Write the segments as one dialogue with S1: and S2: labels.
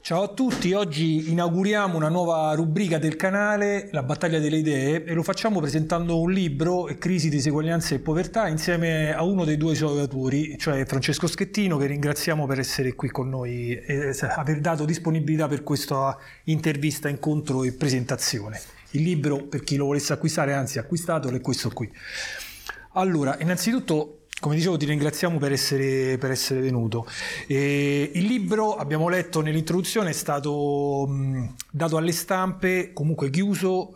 S1: Ciao a tutti, oggi inauguriamo una nuova rubrica del canale, La battaglia delle idee, e lo facciamo presentando un libro, Crisi, diseguaglianze e povertà, insieme a uno dei due suoi autori, cioè Francesco Schettino, che ringraziamo per essere qui con noi e aver dato disponibilità per questa intervista, incontro e presentazione. Il libro, per chi lo volesse acquistare, anzi acquistatelo, è questo qui. Allora, innanzitutto, come dicevo, ti ringraziamo per essere venuto. Il libro, abbiamo letto nell'introduzione, è stato dato alle stampe, comunque chiuso,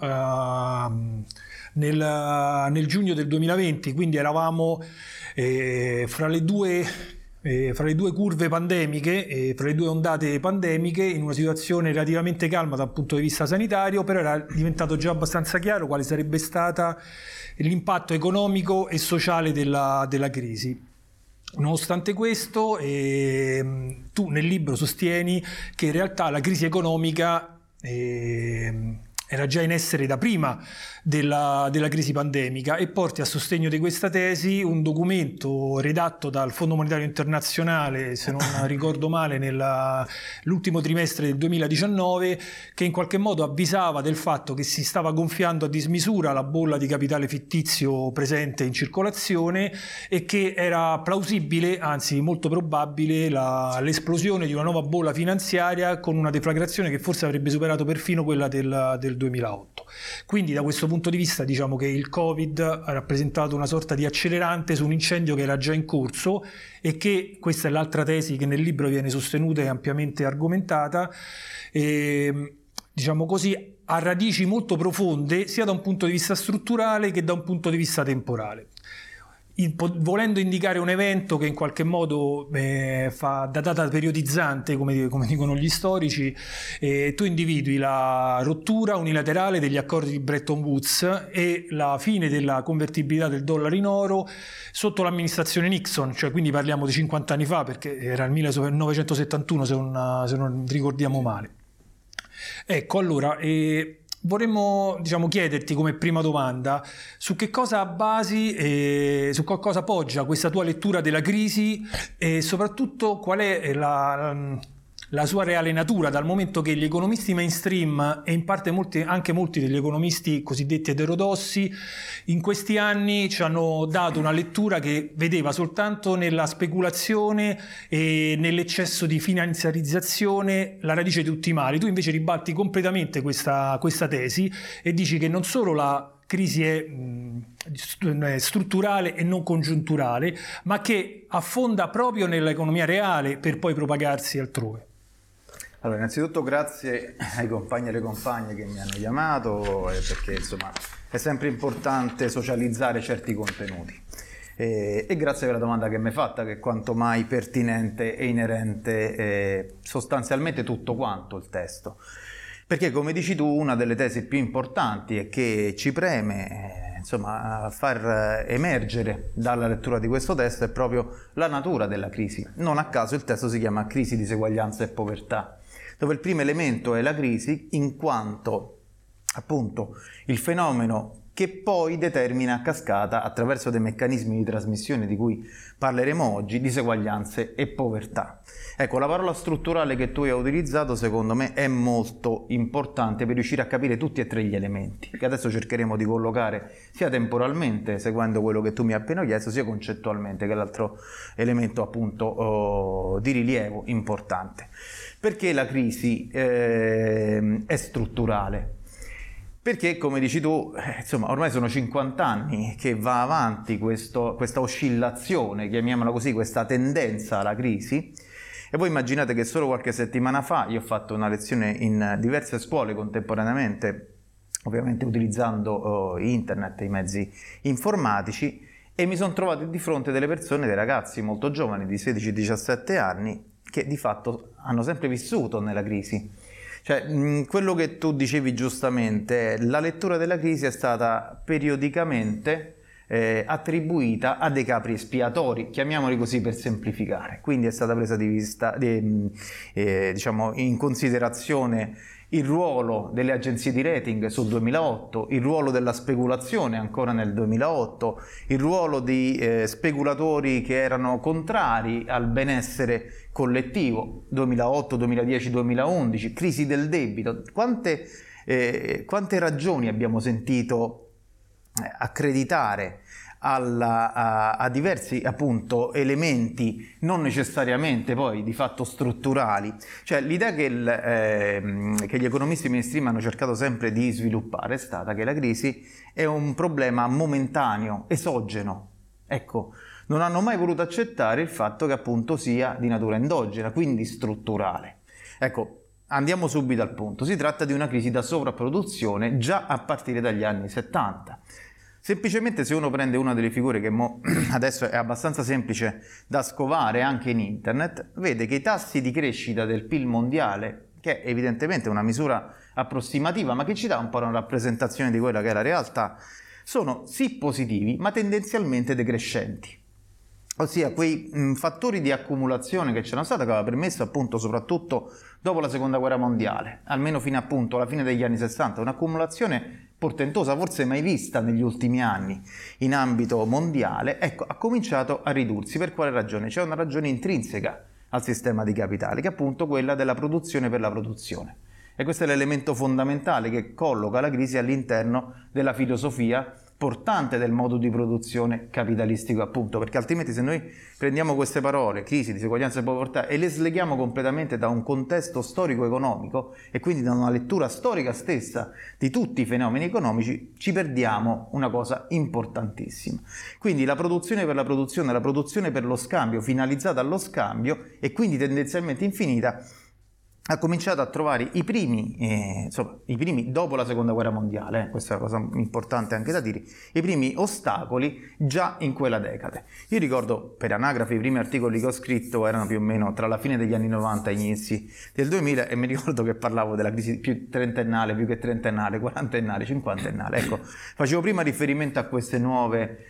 S1: nel giugno del 2020, quindi eravamo fra le due curve pandemiche, fra le due ondate pandemiche, in una situazione relativamente calma dal punto di vista sanitario, però era diventato già abbastanza chiaro quale sarebbe stata l'impatto economico e sociale della crisi. Nonostante questo, tu nel libro sostieni che in realtà la crisi economica era già in essere da prima della crisi pandemica, e porti a sostegno di questa tesi un documento redatto dal Fondo Monetario Internazionale, se non ricordo male, nell'ultimo trimestre del 2019, che in qualche modo avvisava del fatto che si stava gonfiando a dismisura la bolla di capitale fittizio presente in circolazione e che era plausibile, anzi molto probabile, l'esplosione di una nuova bolla finanziaria con una deflagrazione che forse avrebbe superato perfino quella del 2008. Quindi da questo punto di vista diciamo che il Covid ha rappresentato una sorta di accelerante su un incendio che era già in corso, e che, questa è l'altra tesi che nel libro viene sostenuta e ampiamente argomentata, diciamo così, ha radici molto profonde sia da un punto di vista strutturale che da un punto di vista temporale. Volendo indicare un evento che in qualche modo fa da data periodizzante, come dicono gli storici, tu individui la rottura unilaterale degli accordi di Bretton Woods e la fine della convertibilità del dollaro in oro sotto l'amministrazione Nixon, cioè quindi parliamo di 50 anni fa, perché era il 1971 se non ricordiamo male. Ecco, allora, vorremmo chiederti come prima domanda su che cosa basi e su cosa poggia questa tua lettura della crisi, e soprattutto qual è la sua reale natura, dal momento che gli economisti mainstream e in parte anche molti degli economisti cosiddetti eterodossi in questi anni ci hanno dato una lettura che vedeva soltanto nella speculazione e nell'eccesso di finanziarizzazione la radice di tutti i mali. Tu invece ribatti completamente questa tesi e dici che non solo la crisi è strutturale e non congiunturale, ma che affonda proprio nell'economia reale per poi propagarsi altrove.
S2: Allora, innanzitutto grazie ai compagni e alle compagne che mi hanno chiamato, perché insomma è sempre importante socializzare certi contenuti. E grazie per la domanda che mi hai fatta, che è quanto mai pertinente e inerente sostanzialmente tutto quanto il testo. Perché, come dici tu, una delle tesi più importanti e che ci preme far emergere dalla lettura di questo testo è proprio la natura della crisi. Non a caso il testo si chiama Crisi, diseguaglianza e povertà, dove il primo elemento è la crisi, in quanto appunto il fenomeno che poi determina a cascata, attraverso dei meccanismi di trasmissione di cui parleremo oggi, diseguaglianze e povertà. Ecco, la parola strutturale che tu hai utilizzato secondo me è molto importante per riuscire a capire tutti e tre gli elementi, che adesso cercheremo di collocare sia temporalmente, seguendo quello che tu mi hai appena chiesto, sia concettualmente, che è l'altro elemento appunto di rilievo importante. Perché la crisi è strutturale? Perché, come dici tu, ormai sono 50 anni che va avanti questa oscillazione, chiamiamola così, questa tendenza alla crisi, e voi immaginate che solo qualche settimana fa io ho fatto una lezione in diverse scuole contemporaneamente, ovviamente utilizzando internet e i mezzi informatici, e mi sono trovato di fronte delle persone, dei ragazzi molto giovani di 16-17 anni, che di fatto hanno sempre vissuto nella crisi. Cioè, quello che tu dicevi giustamente, la lettura della crisi è stata periodicamente attribuita a dei capri espiatori, chiamiamoli così per semplificare. Quindi è stata presa diciamo, in considerazione il ruolo delle agenzie di rating sul 2008, il ruolo della speculazione ancora nel 2008, il ruolo di speculatori che erano contrari al benessere collettivo, 2008, 2010, 2011, crisi del debito. Quante ragioni abbiamo sentito accreditare a diversi appunto elementi non necessariamente poi di fatto strutturali. Cioè l'idea che gli economisti mainstream hanno cercato sempre di sviluppare è stata che la crisi è un problema momentaneo, esogeno. Ecco, non hanno mai voluto accettare il fatto che appunto sia di natura endogena, quindi strutturale. Ecco, andiamo subito al punto. Si tratta di una crisi da sovrapproduzione già a partire dagli anni 70. Semplicemente se uno prende una delle figure che adesso è abbastanza semplice da scovare anche in internet, vede che i tassi di crescita del PIL mondiale, che è evidentemente una misura approssimativa ma che ci dà un po' una rappresentazione di quella che è la realtà, sono sì positivi ma tendenzialmente decrescenti. Ossia quei fattori di accumulazione che c'erano stati, che aveva permesso appunto soprattutto dopo la seconda guerra mondiale, almeno fino appunto alla fine degli anni 60, un'accumulazione portentosa, forse mai vista negli ultimi anni in ambito mondiale, ecco, ha cominciato a ridursi. Per quale ragione? C'è una ragione intrinseca al sistema di capitali, che è appunto quella della produzione per la produzione. E questo è l'elemento fondamentale che colloca la crisi all'interno della filosofia portante del modo di produzione capitalistico, appunto, perché altrimenti se noi prendiamo queste parole, crisi, diseguaglianza e povertà, e le sleghiamo completamente da un contesto storico-economico e quindi da una lettura storica stessa di tutti i fenomeni economici, ci perdiamo una cosa importantissima. Quindi la produzione per lo scambio, finalizzata allo scambio e quindi tendenzialmente infinita, ha cominciato a trovare i primi dopo la seconda guerra mondiale, questa è una cosa importante anche da dire, i primi ostacoli già in quella decade. Io ricordo, per anagrafe, i primi articoli che ho scritto erano più o meno tra la fine degli anni 90 e gli inizi del 2000 e mi ricordo che parlavo della crisi più trentennale, più che trentennale, quarantennale, cinquantennale. Ecco, facevo prima riferimento a queste nuove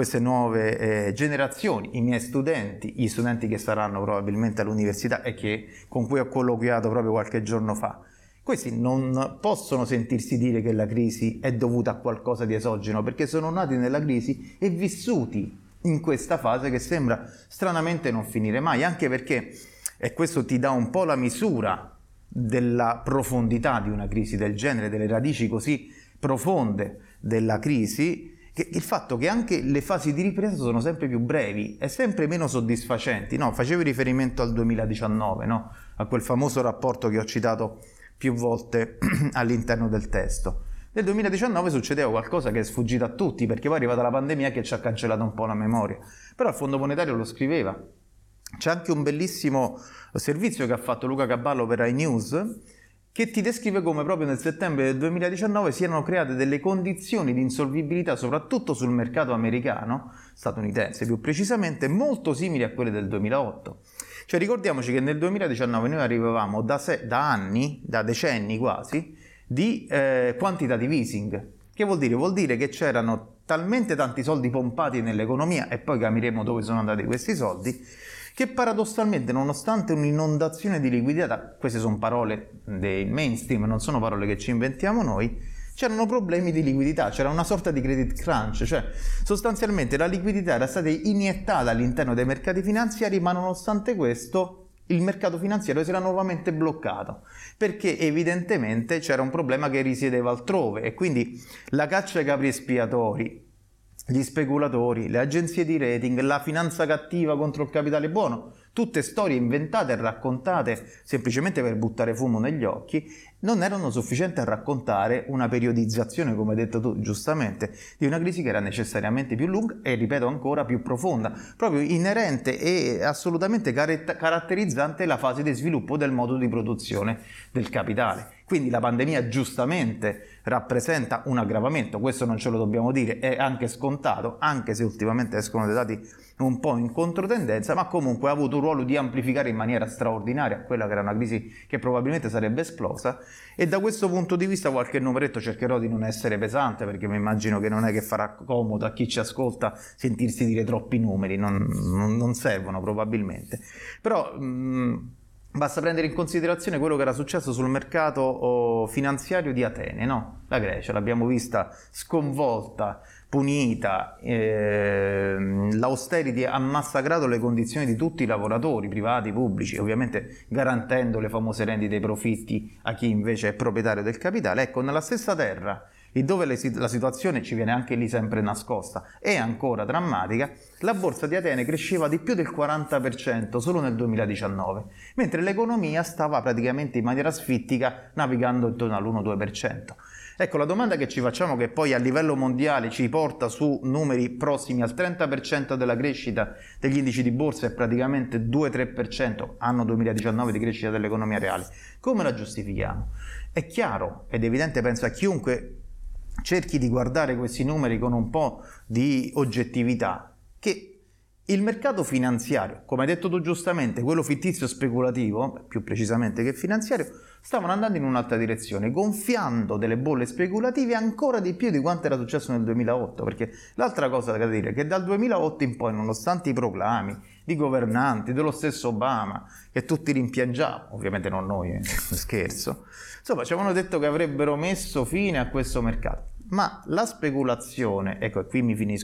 S2: generazioni, i miei studenti, gli studenti che saranno probabilmente all'università e con cui ho colloquiato proprio qualche giorno fa. Questi non possono sentirsi dire che la crisi è dovuta a qualcosa di esogeno, perché sono nati nella crisi e vissuti in questa fase che sembra stranamente non finire mai, anche perché, e questo ti dà un po' la misura della profondità di una crisi del genere, delle radici così profonde della crisi, il fatto che anche le fasi di ripresa sono sempre più brevi e sempre meno soddisfacenti. No, facevo riferimento al 2019, no? A quel famoso rapporto che ho citato più volte all'interno del testo. Nel 2019 succedeva qualcosa che è sfuggito a tutti, perché poi è arrivata la pandemia che ci ha cancellato un po' la memoria. Però il Fondo Monetario lo scriveva. C'è anche un bellissimo servizio che ha fatto Luca Caballo per iNews, che ti descrive come proprio nel settembre del 2019 siano create delle condizioni di insolvibilità, soprattutto sul mercato americano, statunitense più precisamente, molto simili a quelle del 2008. Cioè ricordiamoci che nel 2019 noi arrivavamo da decenni quasi, di quantitative easing. Che vuol dire? Vuol dire che c'erano talmente tanti soldi pompati nell'economia, e poi capiremo dove sono andati questi soldi, che paradossalmente, nonostante un'inondazione di liquidità, queste sono parole dei mainstream, non sono parole che ci inventiamo noi, c'erano problemi di liquidità, c'era una sorta di credit crunch, cioè sostanzialmente la liquidità era stata iniettata all'interno dei mercati finanziari, ma nonostante questo il mercato finanziario si era nuovamente bloccato, perché evidentemente c'era un problema che risiedeva altrove e quindi la caccia ai capri espiatori, gli speculatori, le agenzie di rating, la finanza cattiva contro il capitale buono, tutte storie inventate e raccontate semplicemente per buttare fumo negli occhi, non erano sufficienti a raccontare una periodizzazione, come hai detto tu giustamente, di una crisi che era necessariamente più lunga e, ripeto ancora, più profonda, proprio inerente e assolutamente caratterizzante la fase di sviluppo del modo di produzione del capitale. Quindi la pandemia giustamente rappresenta un aggravamento, questo non ce lo dobbiamo dire, è anche scontato, anche se ultimamente escono dei dati un po' in controtendenza, ma comunque ha avuto un ruolo di amplificare in maniera straordinaria quella che era una crisi che probabilmente sarebbe esplosa, E da questo punto di vista qualche numeretto cercherò di non essere pesante, perché mi immagino che non è che farà comodo a chi ci ascolta sentirsi dire troppi numeri, non servono probabilmente. Però basta prendere in considerazione quello che era successo sul mercato finanziario di Atene, no? La Grecia l'abbiamo vista sconvolta, punita, l'austerity ha massacrato le condizioni di tutti i lavoratori, privati, pubblici, ovviamente garantendo le famose rendite e profitti a chi invece è proprietario del capitale. Ecco, nella stessa terra, lì dove la situazione ci viene anche lì sempre nascosta, è ancora drammatica, la borsa di Atene cresceva di più del 40% solo nel 2019, mentre l'economia stava praticamente in maniera asfittica navigando intorno all'1-2%. Ecco, la domanda che ci facciamo, che poi a livello mondiale ci porta su numeri prossimi al 30% della crescita degli indici di borsa e praticamente 2-3% anno 2019 di crescita dell'economia reale, come la giustifichiamo? È chiaro ed evidente, penso a chiunque cerchi di guardare questi numeri con un po' di oggettività, che il mercato finanziario, come hai detto tu giustamente, quello fittizio speculativo, più precisamente che finanziario, stavano andando in un'altra direzione, gonfiando delle bolle speculative ancora di più di quanto era successo nel 2008, perché l'altra cosa da dire è che dal 2008 in poi, nonostante i proclami di governanti, dello stesso Obama, che tutti rimpiangiamo, ovviamente non noi, scherzo, insomma ci avevano detto che avrebbero messo fine a questo mercato. Ma la speculazione, ecco, e qui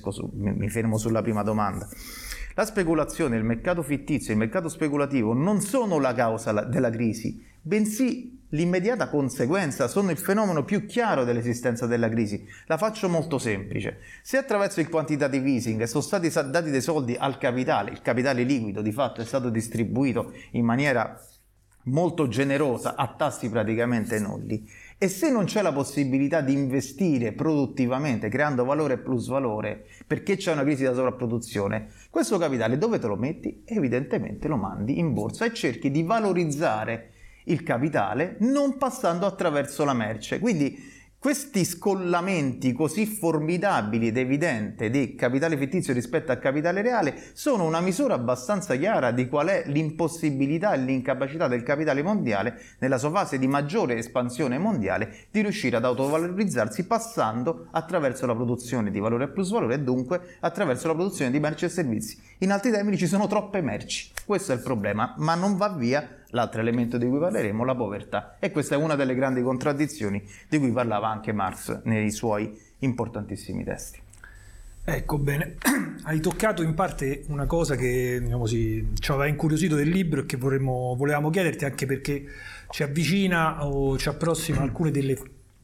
S2: mi fermo sulla prima domanda, la speculazione, il mercato fittizio, il mercato speculativo non sono la causa della crisi, bensì l'immediata conseguenza, sono il fenomeno più chiaro dell'esistenza della crisi. La faccio molto semplice. Se attraverso il quantitative easing sono stati dati dei soldi al capitale, il capitale liquido di fatto è stato distribuito in maniera molto generosa a tassi praticamente nulli, e se non c'è la possibilità di investire produttivamente creando valore e plusvalore perché c'è una crisi da sovrapproduzione, questo capitale dove te lo metti? Evidentemente lo mandi in borsa e cerchi di valorizzare il capitale non passando attraverso la merce. Quindi questi scollamenti così formidabili ed evidenti di capitale fittizio rispetto al capitale reale sono una misura abbastanza chiara di qual è l'impossibilità e l'incapacità del capitale mondiale, nella sua fase di maggiore espansione mondiale, di riuscire ad autovalorizzarsi passando attraverso la produzione di valore e plusvalore e dunque attraverso la produzione di merci e servizi. In altri termini ci sono troppe merci, questo è il problema, ma non va via l'altro elemento di cui parleremo, la povertà, e questa è una delle grandi contraddizioni di cui parlava anche Marx nei suoi importantissimi testi.
S1: Ecco, bene, hai toccato in parte una cosa che, diciamo, ci aveva incuriosito del libro e che volevamo chiederti, anche perché ci avvicina o ci approssima alcune delle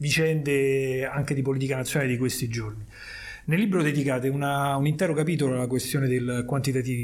S1: vicende anche di politica nazionale di questi giorni. Nel libro dedicate un intero capitolo alla questione del quantitative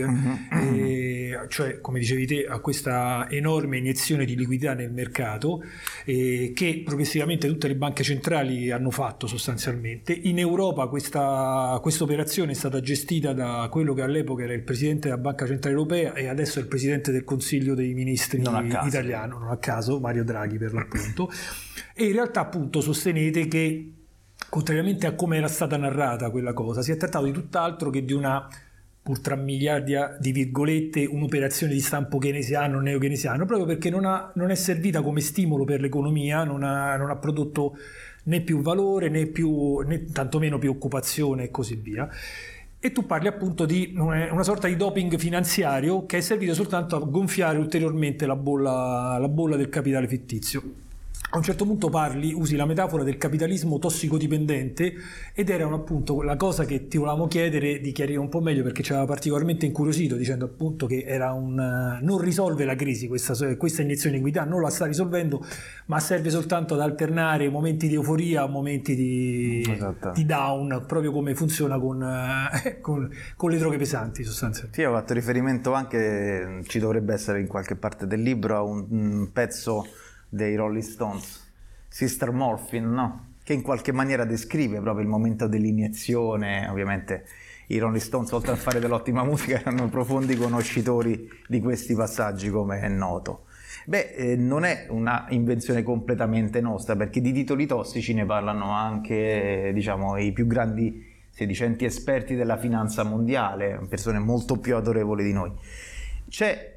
S1: easing, cioè, come dicevi te, a questa enorme iniezione di liquidità nel mercato che progressivamente tutte le banche centrali hanno fatto sostanzialmente. In Europa questa operazione è stata gestita da quello che all'epoca era il presidente della Banca Centrale Europea e adesso è il presidente del Consiglio dei Ministri italiano, non a caso, Mario Draghi per l'appunto, e in realtà appunto sostenete che, contrariamente a come era stata narrata quella cosa, si è trattato di tutt'altro che di una, pur tra miliardia di virgolette, un'operazione di stampo keynesiano, neo-keynesiano, proprio perché non è servita come stimolo per l'economia, non ha prodotto né più valore né tantomeno più occupazione e così via. E tu parli appunto di una sorta di doping finanziario che è servito soltanto a gonfiare ulteriormente la bolla del capitale fittizio. A un certo punto usi la metafora del capitalismo tossicodipendente ed era appunto la cosa che ti volevamo chiedere di chiarire un po' meglio, perché ci aveva particolarmente incuriosito, dicendo appunto che era non risolve la crisi, questa iniezione di liquidità non la sta risolvendo, ma serve soltanto ad alternare momenti di euforia a momenti di down, proprio come funziona con le droghe pesanti sostanzialmente.
S2: Sì, ho fatto riferimento anche, ci dovrebbe essere in qualche parte del libro, a un pezzo dei Rolling Stones, Sister Morphine, no? Che in qualche maniera descrive proprio il momento dell'iniezione. Ovviamente i Rolling Stones, oltre a fare dell'ottima musica, erano profondi conoscitori di questi passaggi, come è noto. Non è una invenzione completamente nostra, perché di titoli tossici ne parlano anche, diciamo, i più grandi sedicenti esperti della finanza mondiale, persone molto più autorevoli di noi. C'è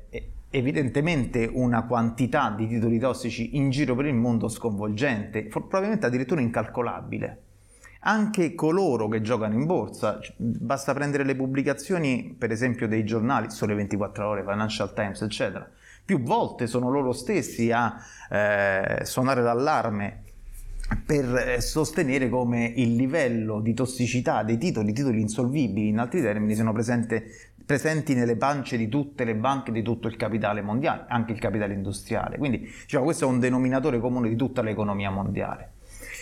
S2: evidentemente una quantità di titoli tossici in giro per il mondo sconvolgente, probabilmente addirittura incalcolabile. Anche coloro che giocano in borsa, basta prendere le pubblicazioni per esempio dei giornali, Sole 24 Ore, Financial Times eccetera, più volte sono loro stessi a suonare l'allarme per sostenere come il livello di tossicità dei titoli insolvibili, in altri termini, siano presenti nelle pance di tutte le banche, di tutto il capitale mondiale, anche il capitale industriale. Quindi diciamo, questo è un denominatore comune di tutta l'economia mondiale.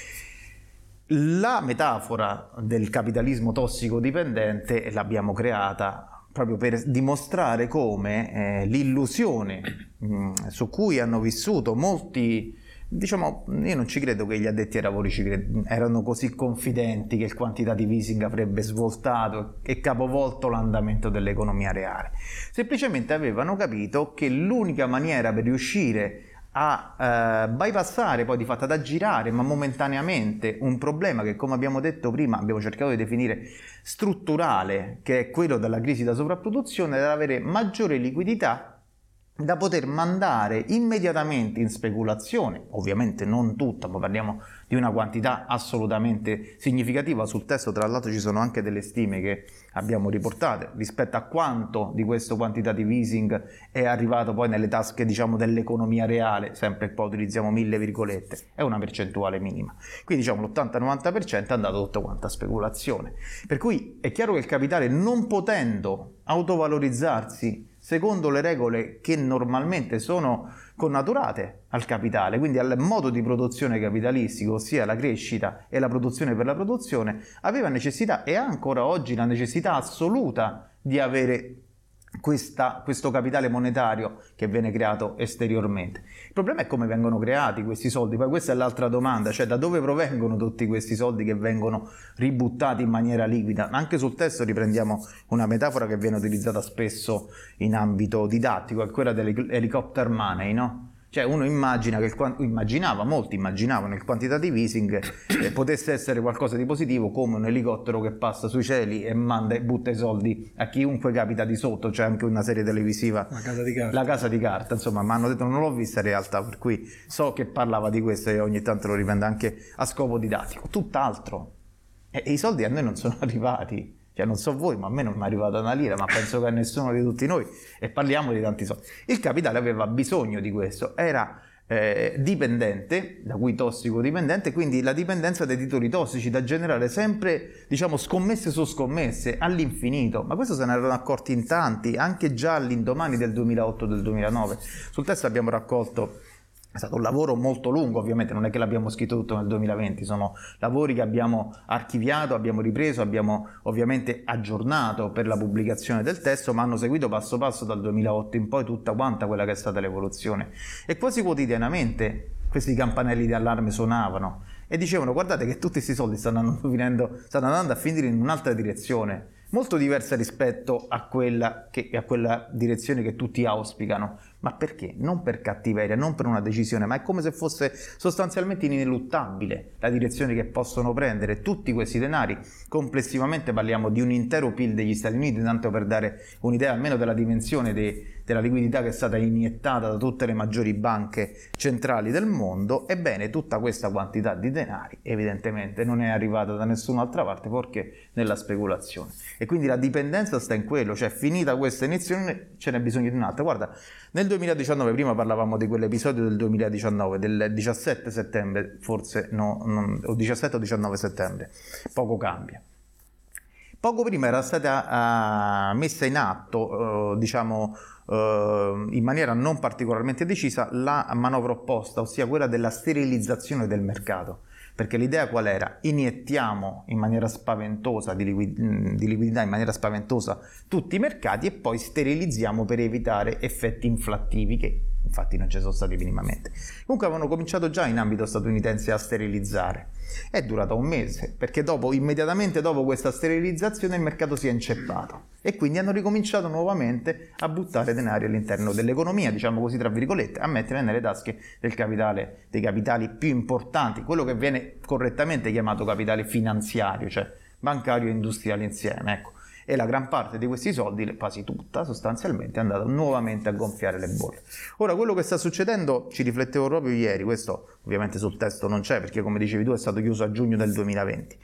S2: La metafora del capitalismo tossicodipendente l'abbiamo creata proprio per dimostrare come l'illusione su cui hanno vissuto molti, diciamo, io non ci credo che gli addetti ai lavori erano così confidenti che il quantitative easing avrebbe svoltato e capovolto l'andamento dell'economia reale. Semplicemente avevano capito che l'unica maniera per riuscire a bypassare, poi di fatto ad aggirare, ma momentaneamente, un problema che, come abbiamo detto prima, abbiamo cercato di definire strutturale, che è quello della crisi da sovrapproduzione, era avere maggiore liquidità da poter mandare immediatamente in speculazione, ovviamente non tutta, ma parliamo di una quantità assolutamente significativa. Sul testo tra l'altro ci sono anche delle stime che abbiamo riportate rispetto a quanto di questo quantitative easing è arrivato poi nelle tasche, diciamo, dell'economia reale, sempre poi utilizziamo 1000 virgolette, è una percentuale minima, quindi diciamo l'80-90% è andato tutto quanto a speculazione, per cui è chiaro che il capitale, non potendo autovalorizzarsi secondo le regole che normalmente sono connaturate al capitale, quindi al modo di produzione capitalistico, ossia la crescita e la produzione per la produzione, aveva necessità, e ha ancora oggi la necessità assoluta, di avere questo capitale monetario che viene creato esteriormente. Il problema è come vengono creati questi soldi, poi questa è l'altra domanda, cioè da dove provengono tutti questi soldi che vengono ributtati in maniera liquida. Anche sul testo riprendiamo una metafora che viene utilizzata spesso in ambito didattico, è quella dell'helicopter money, no? Cioè uno immagina che molti immaginavano il quantitative easing potesse essere qualcosa di positivo, come un elicottero che passa sui cieli e manda e butta i soldi a chiunque capita di sotto. C'è anche una serie televisiva, La Casa di Carta, insomma, ma hanno detto, non l'ho vista in realtà, per cui so che parlava di questo e ogni tanto lo riprende anche a scopo didattico. Tutt'altro, e i soldi a noi non sono arrivati. Cioè, non so voi, ma a me non mi è arrivata una lira, ma penso che a nessuno di tutti noi, e parliamo di tanti soldi. Il capitale aveva bisogno di questo, era dipendente, da cui tossicodipendente, quindi la dipendenza dai titoli tossici, da generare sempre, diciamo, scommesse su scommesse all'infinito. Ma questo se ne erano accorti in tanti, anche già all'indomani del 2008 del 2009. Sul testo abbiamo raccolto. È stato un lavoro molto lungo, ovviamente non è che l'abbiamo scritto tutto nel 2020, sono lavori che abbiamo archiviato, abbiamo ripreso, abbiamo ovviamente aggiornato per la pubblicazione del testo, ma hanno seguito passo passo dal 2008 in poi tutta quanta quella che è stata l'evoluzione. E quasi quotidianamente questi campanelli di allarme suonavano e dicevano: guardate che tutti questi soldi stanno andando a finire in un'altra direzione, molto diversa rispetto a quella direzione che tutti auspicano. Ma perché? Non per cattiveria, non per una decisione, ma è come se fosse sostanzialmente ineluttabile la direzione che possono prendere tutti questi denari. Complessivamente parliamo di un intero PIL degli Stati Uniti, tanto per dare un'idea almeno della dimensione della liquidità che è stata iniettata da tutte le maggiori banche centrali del mondo. Ebbene, tutta questa quantità di denari evidentemente non è arrivata da nessun'altra parte, perché nella speculazione. E quindi la dipendenza sta in quello, cioè finita questa iniezione ce n'è bisogno di un'altra. Guarda, nel 2019, prima parlavamo di quell'episodio del 2019, del 17 settembre, forse o 17 o 19 settembre, poco cambia. Poco prima era stata messa in atto, in maniera non particolarmente decisa, la manovra opposta, ossia quella della sterilizzazione del mercato. Perché l'idea qual era? Iniettiamo in maniera spaventosa, di liquidità in maniera spaventosa tutti i mercati e poi sterilizziamo per evitare effetti inflattivi che infatti non ci sono stati minimamente. Comunque avevano cominciato già in ambito statunitense a sterilizzare. È durata un mese, perché immediatamente dopo questa sterilizzazione il mercato si è inceppato e quindi hanno ricominciato nuovamente a buttare denari all'interno dell'economia, diciamo così tra virgolette, a mettere nelle tasche del capitale, dei capitali più importanti, quello che viene correttamente chiamato capitale finanziario, cioè bancario e industriale insieme, ecco. e la gran parte di questi soldi, quasi tutta sostanzialmente, è andata nuovamente a gonfiare le bolle. Ora, quello che sta succedendo, ci riflettevo proprio ieri, questo ovviamente sul testo non c'è perché come dicevi tu è stato chiuso a giugno del 2020.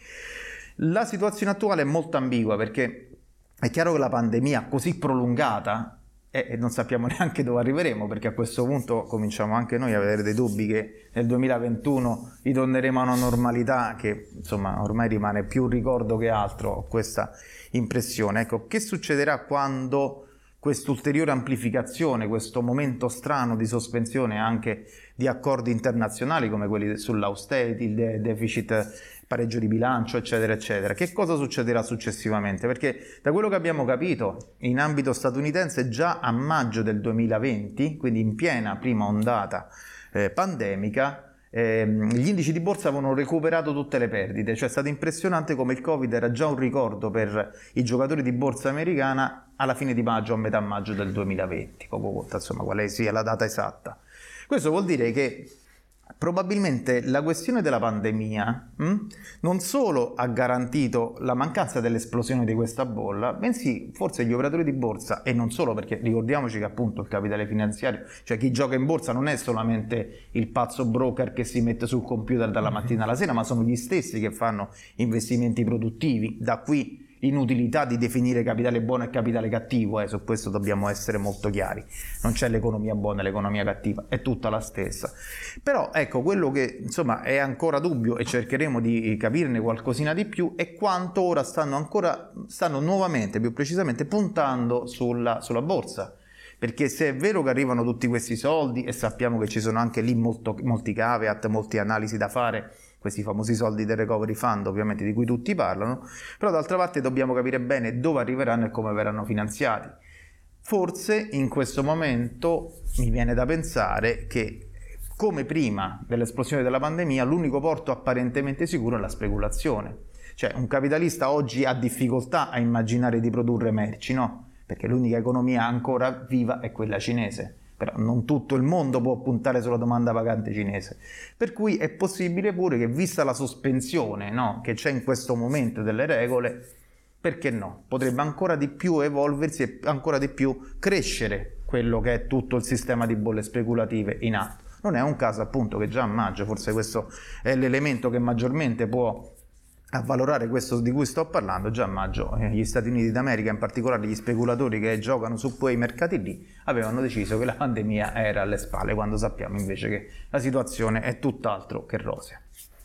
S2: La situazione attuale è molto ambigua perché è chiaro che la pandemia così prolungata e non sappiamo neanche dove arriveremo, perché a questo punto cominciamo anche noi a avere dei dubbi che nel 2021 ritorneremo a una normalità che insomma ormai rimane più un ricordo che altro, ho questa impressione. Ecco, che succederà quando quest'ulteriore amplificazione, questo momento strano di sospensione anche di accordi internazionali come quelli sull'austerity, il deficit, pareggio di bilancio, eccetera, eccetera. Che cosa succederà successivamente? Perché da quello che abbiamo capito, in ambito statunitense già a maggio del 2020, quindi in piena prima ondata pandemica, gli indici di borsa avevano recuperato tutte le perdite, cioè è stato impressionante come il Covid era già un ricordo per i giocatori di borsa americana alla fine di maggio, a metà maggio del 2020, poco conta insomma quale sia la data esatta. Questo vuol dire che probabilmente la questione della pandemia non solo ha garantito la mancanza dell'esplosione di questa bolla, bensì forse gli operatori di borsa, e non solo, perché ricordiamoci che appunto il capitale finanziario, cioè chi gioca in borsa non è solamente il pazzo broker che si mette sul computer dalla mattina alla sera, ma sono gli stessi che fanno investimenti produttivi. Da qui l'inutilità di definire capitale buono e capitale cattivo, su questo dobbiamo essere molto chiari, non c'è l'economia buona e l'economia cattiva, è tutta la stessa. Però ecco, quello che insomma è ancora dubbio e cercheremo di capirne qualcosina di più è quanto ora stanno nuovamente, più precisamente, puntando sulla borsa. Perché se è vero che arrivano tutti questi soldi, e sappiamo che ci sono anche lì molti caveat, molte analisi da fare, questi famosi soldi del Recovery Fund ovviamente di cui tutti parlano, però d'altra parte dobbiamo capire bene dove arriveranno e come verranno finanziati. Forse in questo momento mi viene da pensare che, come prima dell'esplosione della pandemia, l'unico porto apparentemente sicuro è la speculazione. Cioè un capitalista oggi ha difficoltà a immaginare di produrre merci, no? Perché l'unica economia ancora viva è quella cinese. Però non tutto il mondo può puntare sulla domanda pagante cinese, per cui è possibile pure che, vista la sospensione, no, che c'è in questo momento delle regole, perché no? Potrebbe ancora di più evolversi e ancora di più crescere quello che è tutto il sistema di bolle speculative in atto. Non è un caso appunto che già a maggio, forse questo è l'elemento che maggiormente può avvalorare questo di cui sto parlando, già a maggio gli Stati Uniti d'America, in particolare gli speculatori che giocano su quei mercati lì, avevano deciso che la pandemia era alle spalle, quando sappiamo invece che la situazione è tutt'altro che rosea.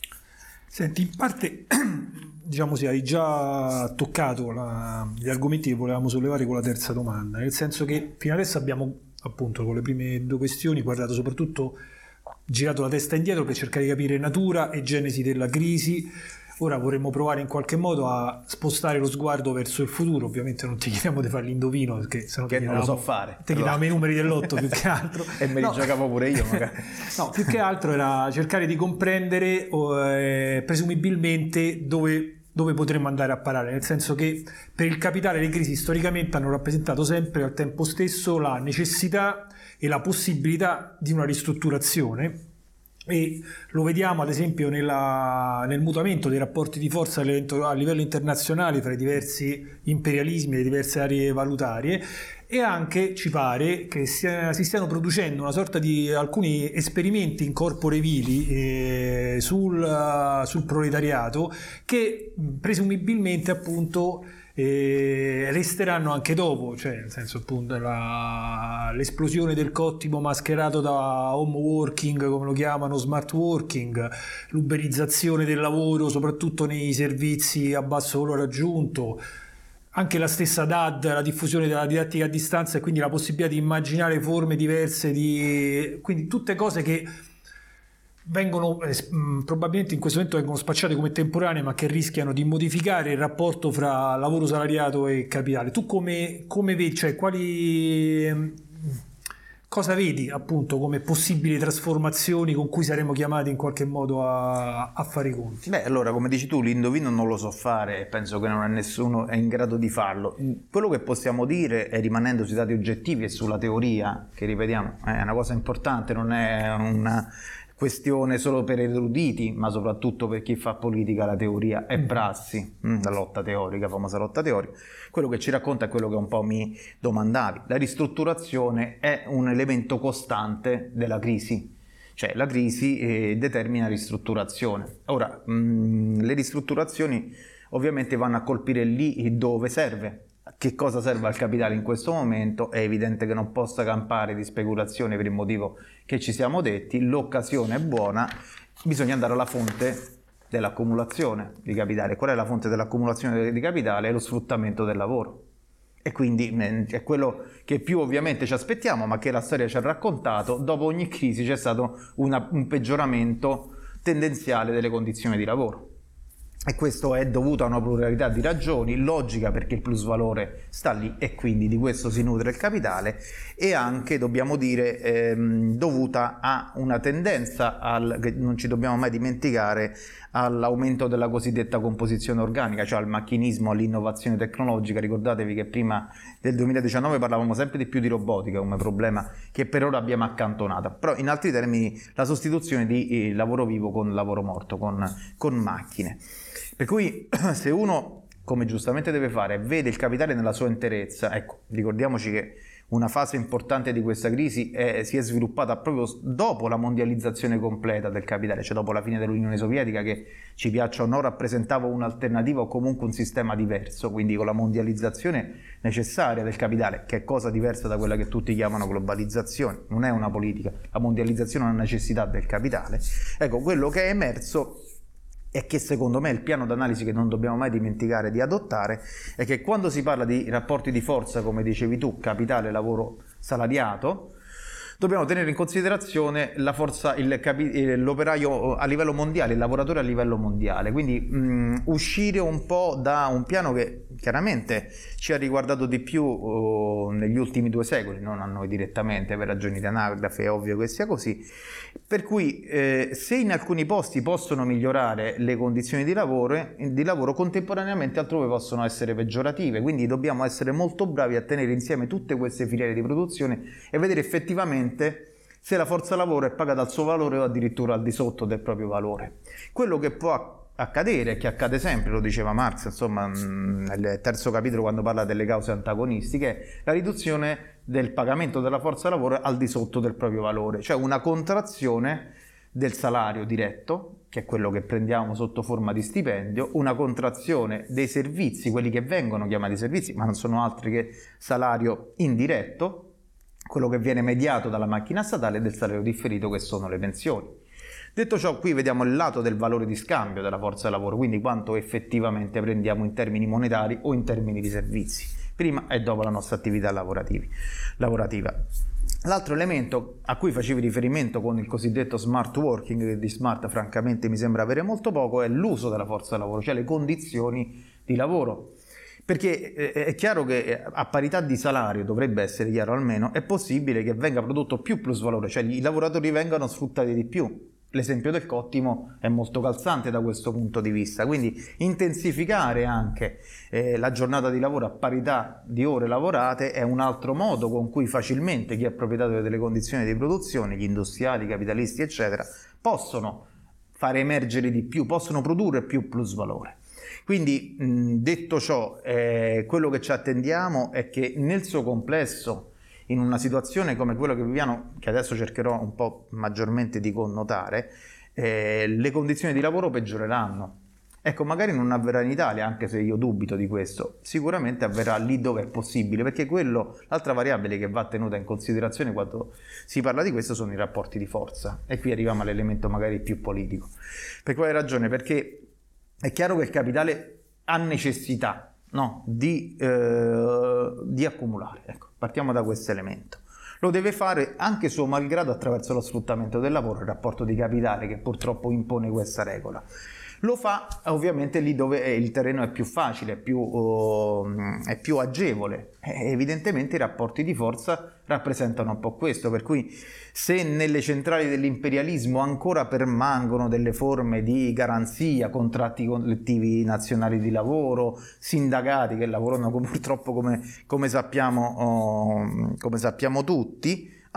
S1: Senti, in parte diciamo sì, hai già toccato gli argomenti che volevamo sollevare con la terza domanda, nel senso che fino adesso abbiamo appunto con le prime due questioni guardato soprattutto, girato la testa indietro per cercare di capire natura e genesi della crisi. Ora vorremmo provare in qualche modo a spostare lo sguardo verso il futuro. Ovviamente non ti chiediamo di fare l'indovino, perché sennò
S2: non lo so fare.
S1: Ti chiediamo i numeri dell'otto più che altro.
S2: E me li giocavo pure io magari.
S1: No, più che altro era cercare di comprendere presumibilmente dove potremmo andare a parare, nel senso che per il capitale le crisi storicamente hanno rappresentato sempre al tempo stesso la necessità e la possibilità di una ristrutturazione. E lo vediamo ad esempio nel mutamento dei rapporti di forza a livello internazionale fra i diversi imperialismi e le diverse aree valutarie, e anche ci pare che si stiano producendo una sorta di alcuni esperimenti in corpore vili sul proletariato che presumibilmente appunto resteranno anche dopo, cioè nel senso appunto l'esplosione del cottimo mascherato da home working, come lo chiamano, smart working, l'uberizzazione del lavoro soprattutto nei servizi a basso valore aggiunto, anche la stessa DAD, la diffusione della didattica a distanza e quindi la possibilità di immaginare forme diverse quindi tutte cose che vengono probabilmente in questo momento vengono spacciate come temporanee, ma che rischiano di modificare il rapporto fra lavoro salariato e capitale. Tu come vedi, cioè cosa vedi appunto come possibili trasformazioni con cui saremo chiamati in qualche modo a fare i conti?
S2: Beh, allora, come dici tu, l'indovino non lo so fare e penso che non è nessuno è in grado di farlo. Quello che possiamo dire, è rimanendo sui dati oggettivi e sulla teoria, che ripetiamo è una cosa importante, non è una questione solo per eruditi, ma soprattutto per chi fa politica, la teoria è prassi, la lotta teorica, la famosa lotta teorica. Quello che ci racconta è quello che un po' mi domandavi. La ristrutturazione è un elemento costante della crisi, cioè la crisi determina ristrutturazione. Ora, le ristrutturazioni ovviamente vanno a colpire lì dove serve. Che cosa serve al capitale in questo momento? È evidente che non possa campare di speculazione per il motivo che ci siamo detti, l'occasione è buona, bisogna andare alla fonte dell'accumulazione di capitale. Qual è la fonte dell'accumulazione di capitale? È lo sfruttamento del lavoro. E quindi è quello che più ovviamente ci aspettiamo, ma che la storia ci ha raccontato. Dopo ogni crisi c'è stato un peggioramento tendenziale delle condizioni di lavoro. E questo è dovuto a una pluralità di ragioni, logica perché il plusvalore sta lì e quindi di questo si nutre il capitale, e anche, dobbiamo dire, dovuta a una tendenza, che non ci dobbiamo mai dimenticare, all'aumento della cosiddetta composizione organica, cioè al macchinismo, all'innovazione tecnologica. Ricordatevi che prima del 2019 parlavamo sempre di più di robotica come problema che per ora abbiamo accantonato, però in altri termini la sostituzione di lavoro vivo con lavoro morto, con macchine. Per cui se uno, come giustamente deve fare, vede il capitale nella sua interezza, ecco, ricordiamoci che una fase importante di questa crisi si è sviluppata proprio dopo la mondializzazione completa del capitale, cioè dopo la fine dell'Unione Sovietica, che ci piaccia o no rappresentava un'alternativa o comunque un sistema diverso, quindi con la mondializzazione necessaria del capitale, che è cosa diversa da quella che tutti chiamano globalizzazione, non è una politica, la mondializzazione è una necessità del capitale. Ecco, quello che è emerso e che secondo me è il piano d'analisi che non dobbiamo mai dimenticare di adottare, è che quando si parla di rapporti di forza, come dicevi tu, capitale, lavoro, salariato, dobbiamo tenere in considerazione la forza, l'operaio a livello mondiale, il lavoratore a livello mondiale, quindi uscire un po' da un piano che chiaramente ci ha riguardato di più negli ultimi 2 secoli, non a noi direttamente, per ragioni di anagrafe è ovvio che sia così, per cui se in alcuni posti possono migliorare le condizioni di lavoro, contemporaneamente altrove possono essere peggiorative, quindi dobbiamo essere molto bravi a tenere insieme tutte queste filiere di produzione e vedere effettivamente se la forza lavoro è pagata al suo valore o addirittura al di sotto del proprio valore. Quello che può accadere, che accade sempre, lo diceva Marx, insomma, nel terzo capitolo quando parla delle cause antagonistiche, è la riduzione del pagamento della forza lavoro al di sotto del proprio valore, cioè una contrazione del salario diretto, che è quello che prendiamo sotto forma di stipendio, una contrazione dei servizi, quelli che vengono chiamati servizi, ma non sono altri che salario indiretto, quello che viene mediato dalla macchina statale, e del salario differito, che sono le pensioni. Detto ciò, qui vediamo il lato del valore di scambio della forza lavoro, quindi quanto effettivamente prendiamo in termini monetari o in termini di servizi, prima e dopo la nostra attività lavorativa. L'altro elemento a cui facevi riferimento con il cosiddetto smart working, che di smart francamente mi sembra avere molto poco, è l'uso della forza lavoro, cioè le condizioni di lavoro. Perché è chiaro che a parità di salario, dovrebbe essere chiaro almeno, è possibile che venga prodotto più plusvalore, cioè i lavoratori vengano sfruttati di più. L'esempio del cottimo è molto calzante da questo punto di vista, quindi intensificare anche la giornata di lavoro a parità di ore lavorate è un altro modo con cui facilmente chi è proprietario delle condizioni di produzione, gli industriali, i capitalisti eccetera, possono fare emergere di più, possono produrre più plusvalore. Quindi detto ciò, quello che ci attendiamo è che nel suo complesso, in una situazione come quella che viviamo, che adesso cercherò un po' maggiormente di connotare, le condizioni di lavoro peggioreranno. Ecco, magari non avverrà in Italia, anche se io dubito di questo, sicuramente avverrà lì dove è possibile, perché l'altra variabile che va tenuta in considerazione quando si parla di questo sono i rapporti di forza, e qui arriviamo all'elemento magari più politico. Per quale ragione? Perché è chiaro che il capitale ha necessità, no, di accumulare. Ecco, partiamo da questo elemento. Lo deve fare anche suo malgrado attraverso lo sfruttamento del lavoro, il rapporto di capitale che purtroppo impone questa regola. Lo fa ovviamente lì dove il terreno è più facile, è più agevole. Evidentemente i rapporti di forza rappresentano un po' questo, per cui se nelle centrali dell'imperialismo ancora permangono delle forme di garanzia, contratti collettivi nazionali di lavoro, sindacati che lavorano purtroppo come sappiamo tutti,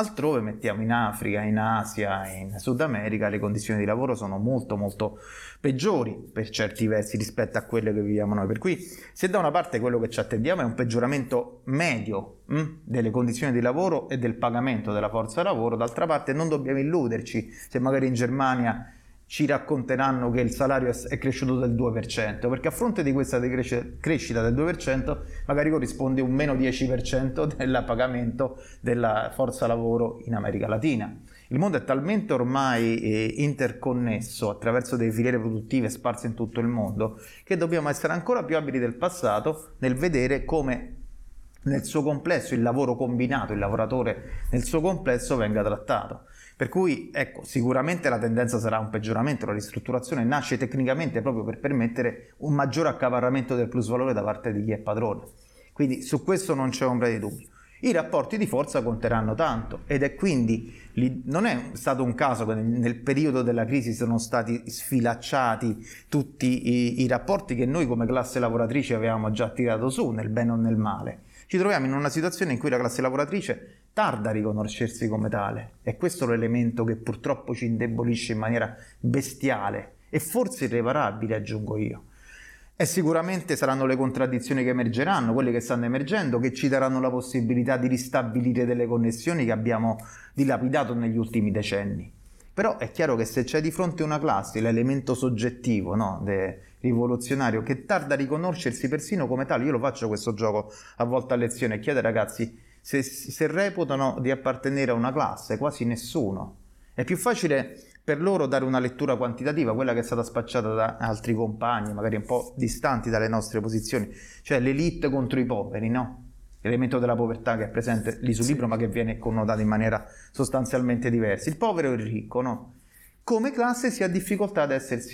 S2: Altrove, mettiamo in Africa, in Asia, in Sud America, le condizioni di lavoro sono molto molto peggiori per certi versi rispetto a quelle che viviamo noi. Per cui se da una parte quello che ci attendiamo è un peggioramento medio delle condizioni di lavoro e del pagamento della forza lavoro, d'altra parte non dobbiamo illuderci se magari in Germania ci racconteranno che il salario è cresciuto del 2%, perché a fronte di questa crescita del 2% magari corrisponde un meno 10% del pagamento della forza lavoro in America Latina. Il mondo è talmente ormai interconnesso attraverso delle filiere produttive sparse in tutto il mondo che dobbiamo essere ancora più abili del passato nel vedere come nel suo complesso il lavoro combinato, il lavoratore nel suo complesso venga trattato. Per cui, ecco, sicuramente la tendenza sarà un peggioramento, la ristrutturazione nasce tecnicamente proprio per permettere un maggiore accaparramento del plusvalore da parte di chi è padrone. Quindi su questo non c'è ombra di dubbio. I rapporti di forza conteranno tanto ed è quindi, non è stato un caso che nel periodo della crisi sono stati sfilacciati tutti i rapporti che noi come classe lavoratrice avevamo già tirato su, nel bene o nel male. Ci troviamo in una situazione in cui la classe lavoratrice tarda a riconoscersi come tale. È questo l'elemento che purtroppo ci indebolisce in maniera bestiale e forse irreparabile, aggiungo io. E sicuramente saranno le contraddizioni che emergeranno, quelle che stanno emergendo, che ci daranno la possibilità di ristabilire delle connessioni che abbiamo dilapidato negli ultimi decenni. Però è chiaro che se c'è di fronte una classe, l'elemento soggettivo, no, rivoluzionario, che tarda a riconoscersi persino come tale, io lo faccio questo gioco a volte a lezione e chiedo ai ragazzi se reputano di appartenere a una classe, quasi nessuno. È più facile per loro dare una lettura quantitativa, quella che è stata spacciata da altri compagni, magari un po' distanti dalle nostre posizioni, cioè l'elite contro i poveri, no? L'elemento della povertà che è presente lì sul libro ma che viene connotato in maniera sostanzialmente diversa. Il povero e il ricco, no? Come classe si ha difficoltà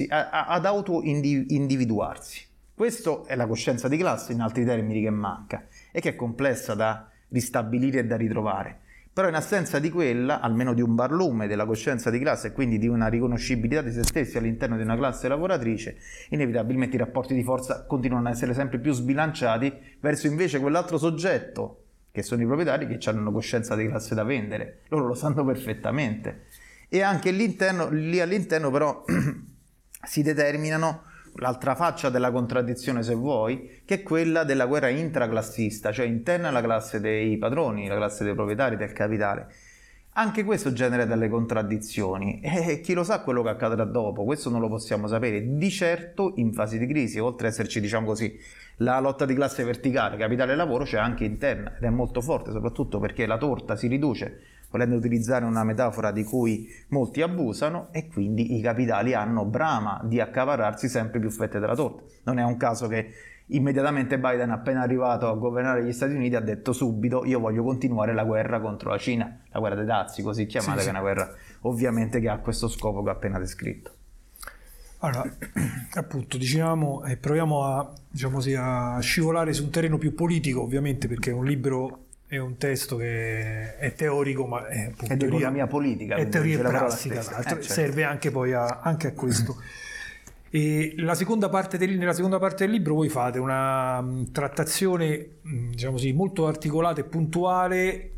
S2: ad auto-individuarsi. Questa è la coscienza di classe, in altri termini, che manca e che è complessa da ristabilire e da ritrovare. Però in assenza di quella, almeno di un barlume della coscienza di classe e quindi di una riconoscibilità di se stessi all'interno di una classe lavoratrice, inevitabilmente i rapporti di forza continuano ad essere sempre più sbilanciati verso invece quell'altro soggetto, che sono i proprietari, che hanno una coscienza di classe da vendere. Loro lo sanno perfettamente. E anche lì all'interno però si determinano l'altra faccia della contraddizione, se vuoi, che è quella della guerra intraclassista, cioè interna alla classe dei padroni, la classe dei proprietari del capitale. Anche questo genera delle contraddizioni e chi lo sa quello che accadrà dopo, questo non lo possiamo sapere. Di certo in fase di crisi, oltre ad esserci, diciamo così, la lotta di classe verticale, capitale e lavoro, c'è anche interna ed è molto forte, soprattutto perché la torta si riduce, volendo utilizzare una metafora di cui molti abusano, e quindi i capitali hanno brama di accaparrarsi sempre più fette della torta. Non è un caso che immediatamente Biden, appena arrivato a governare gli Stati Uniti, ha detto subito: io voglio continuare la guerra contro la Cina, la guerra dei dazi così chiamata, che è una guerra ovviamente che ha questo scopo che ho appena descritto.
S1: Allora, appunto, diciamo, proviamo a, diciamo così, a scivolare su un terreno più politico, ovviamente, perché è un libro, è un testo che è teorico, ma è appunto
S2: di economia politica,
S1: è teoria pratica, certo. Serve anche poi anche a questo. E nella seconda parte del libro voi fate una trattazione, diciamo così, molto articolata e puntuale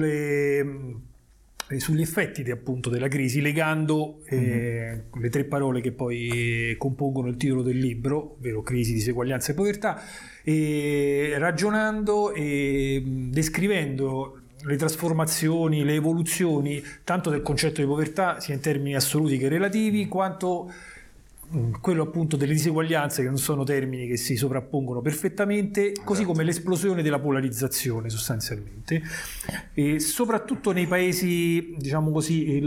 S1: sugli effetti appunto della crisi, legando le tre parole che poi compongono il titolo del libro, ovvero crisi, diseguaglianza e povertà, e ragionando e descrivendo le trasformazioni, le evoluzioni tanto del concetto di povertà, sia in termini assoluti che relativi, quanto quello appunto delle diseguaglianze, che non sono termini che si sovrappongono perfettamente, così come l'esplosione della polarizzazione sostanzialmente, e soprattutto nei paesi, diciamo così,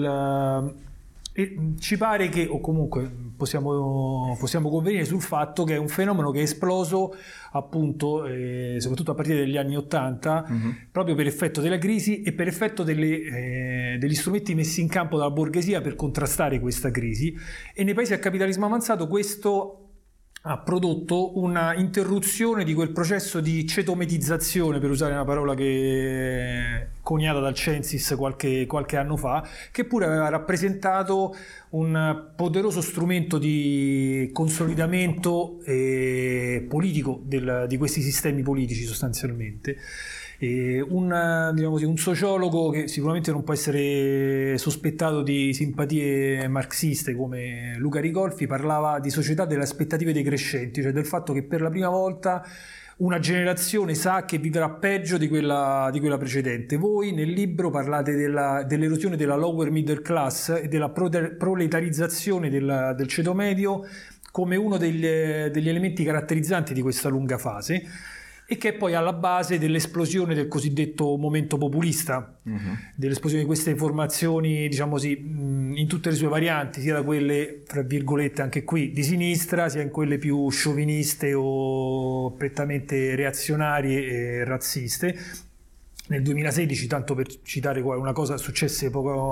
S1: ci pare che, o comunque possiamo convenire sul fatto che è un fenomeno che è esploso appunto soprattutto a partire dagli anni 80, proprio per effetto della crisi e per effetto degli strumenti messi in campo dalla borghesia per contrastare questa crisi, e nei paesi a capitalismo avanzato questo ha prodotto una interruzione di quel processo di cetometizzazione, per usare una parola che coniata dal Censis qualche anno fa, che pure aveva rappresentato un poderoso strumento di consolidamento politico di questi sistemi politici sostanzialmente. un sociologo che sicuramente non può essere sospettato di simpatie marxiste come Luca Ricolfi parlava di società delle aspettative decrescenti, cioè del fatto che per la prima volta una generazione sa che vivrà peggio di quella precedente. Voi nel libro parlate dell'erosione della lower middle class e della proletarizzazione del ceto medio come uno degli elementi caratterizzanti di questa lunga fase, e che è poi alla base dell'esplosione del cosiddetto momento populista, dell'esplosione di queste formazioni, diciamo così, in tutte le sue varianti, sia da quelle, tra virgolette, anche qui, di sinistra, sia in quelle più scioviniste o prettamente reazionarie e razziste. Nel 2016, tanto per citare una cosa successa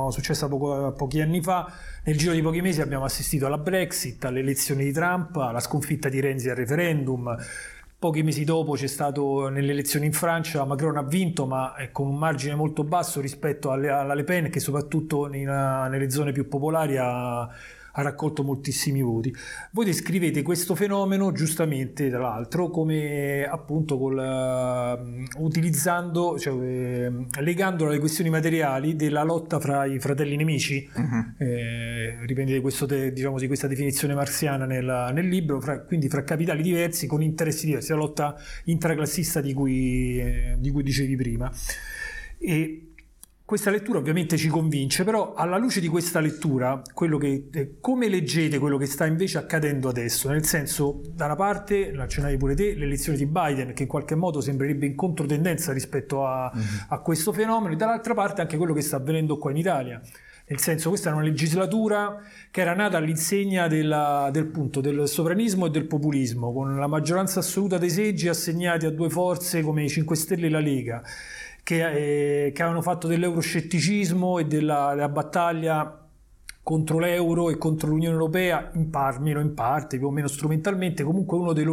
S1: pochi anni fa, nel giro di pochi mesi abbiamo assistito alla Brexit, alle elezioni di Trump, alla sconfitta di Renzi al referendum. Pochi mesi dopo c'è stato nelle elezioni in Francia, Macron ha vinto, ma con un margine molto basso rispetto alla Le Pen, che soprattutto nelle zone più popolari ha raccolto moltissimi voti. Voi descrivete questo fenomeno, giustamente tra l'altro, come appunto utilizzando, cioè, legandolo alle questioni materiali della lotta fra i fratelli nemici. Riprendete questa definizione marxiana nel libro, quindi fra capitali diversi con interessi diversi, la lotta intraclassista di cui dicevi prima. E questa lettura ovviamente ci convince, però alla luce di questa lettura, come leggete quello che sta invece accadendo adesso? Nel senso, da una parte, l'accennavi pure te, l'elezione di Biden, che in qualche modo sembrerebbe in controtendenza rispetto a questo fenomeno, e dall'altra parte anche quello che sta avvenendo qua in Italia. Nel senso, questa è una legislatura che era nata all'insegna del sovranismo e del populismo, con la maggioranza assoluta dei seggi assegnati a due forze come i 5 Stelle e la Lega, che avevano fatto dell'euroscetticismo e della battaglia contro l'euro e contro l'Unione Europea, meno in parte, più o meno strumentalmente, comunque uno dei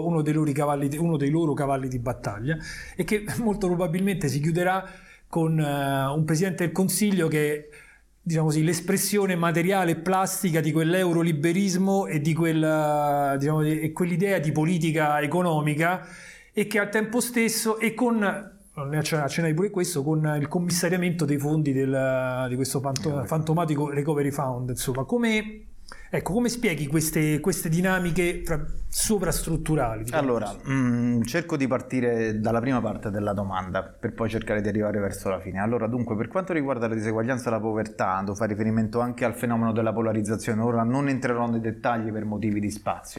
S1: loro cavalli di battaglia, e che molto probabilmente si chiuderà con un Presidente del Consiglio che, diciamo così, l'espressione materiale e plastica di quell'euroliberismo e di quell'idea di politica economica, e che al tempo stesso, e con, ne accennavi pure questo, con il commissariamento dei fondi di questo fantomatico Recovery Fund, insomma, come spieghi queste dinamiche sovrastrutturali?
S2: Allora, cerco di partire dalla prima parte della domanda per poi cercare di arrivare verso la fine. Allora, dunque, per quanto riguarda la diseguaglianza e la povertà, devo fare riferimento anche al fenomeno della polarizzazione. Ora non entrerò nei dettagli per motivi di spazio.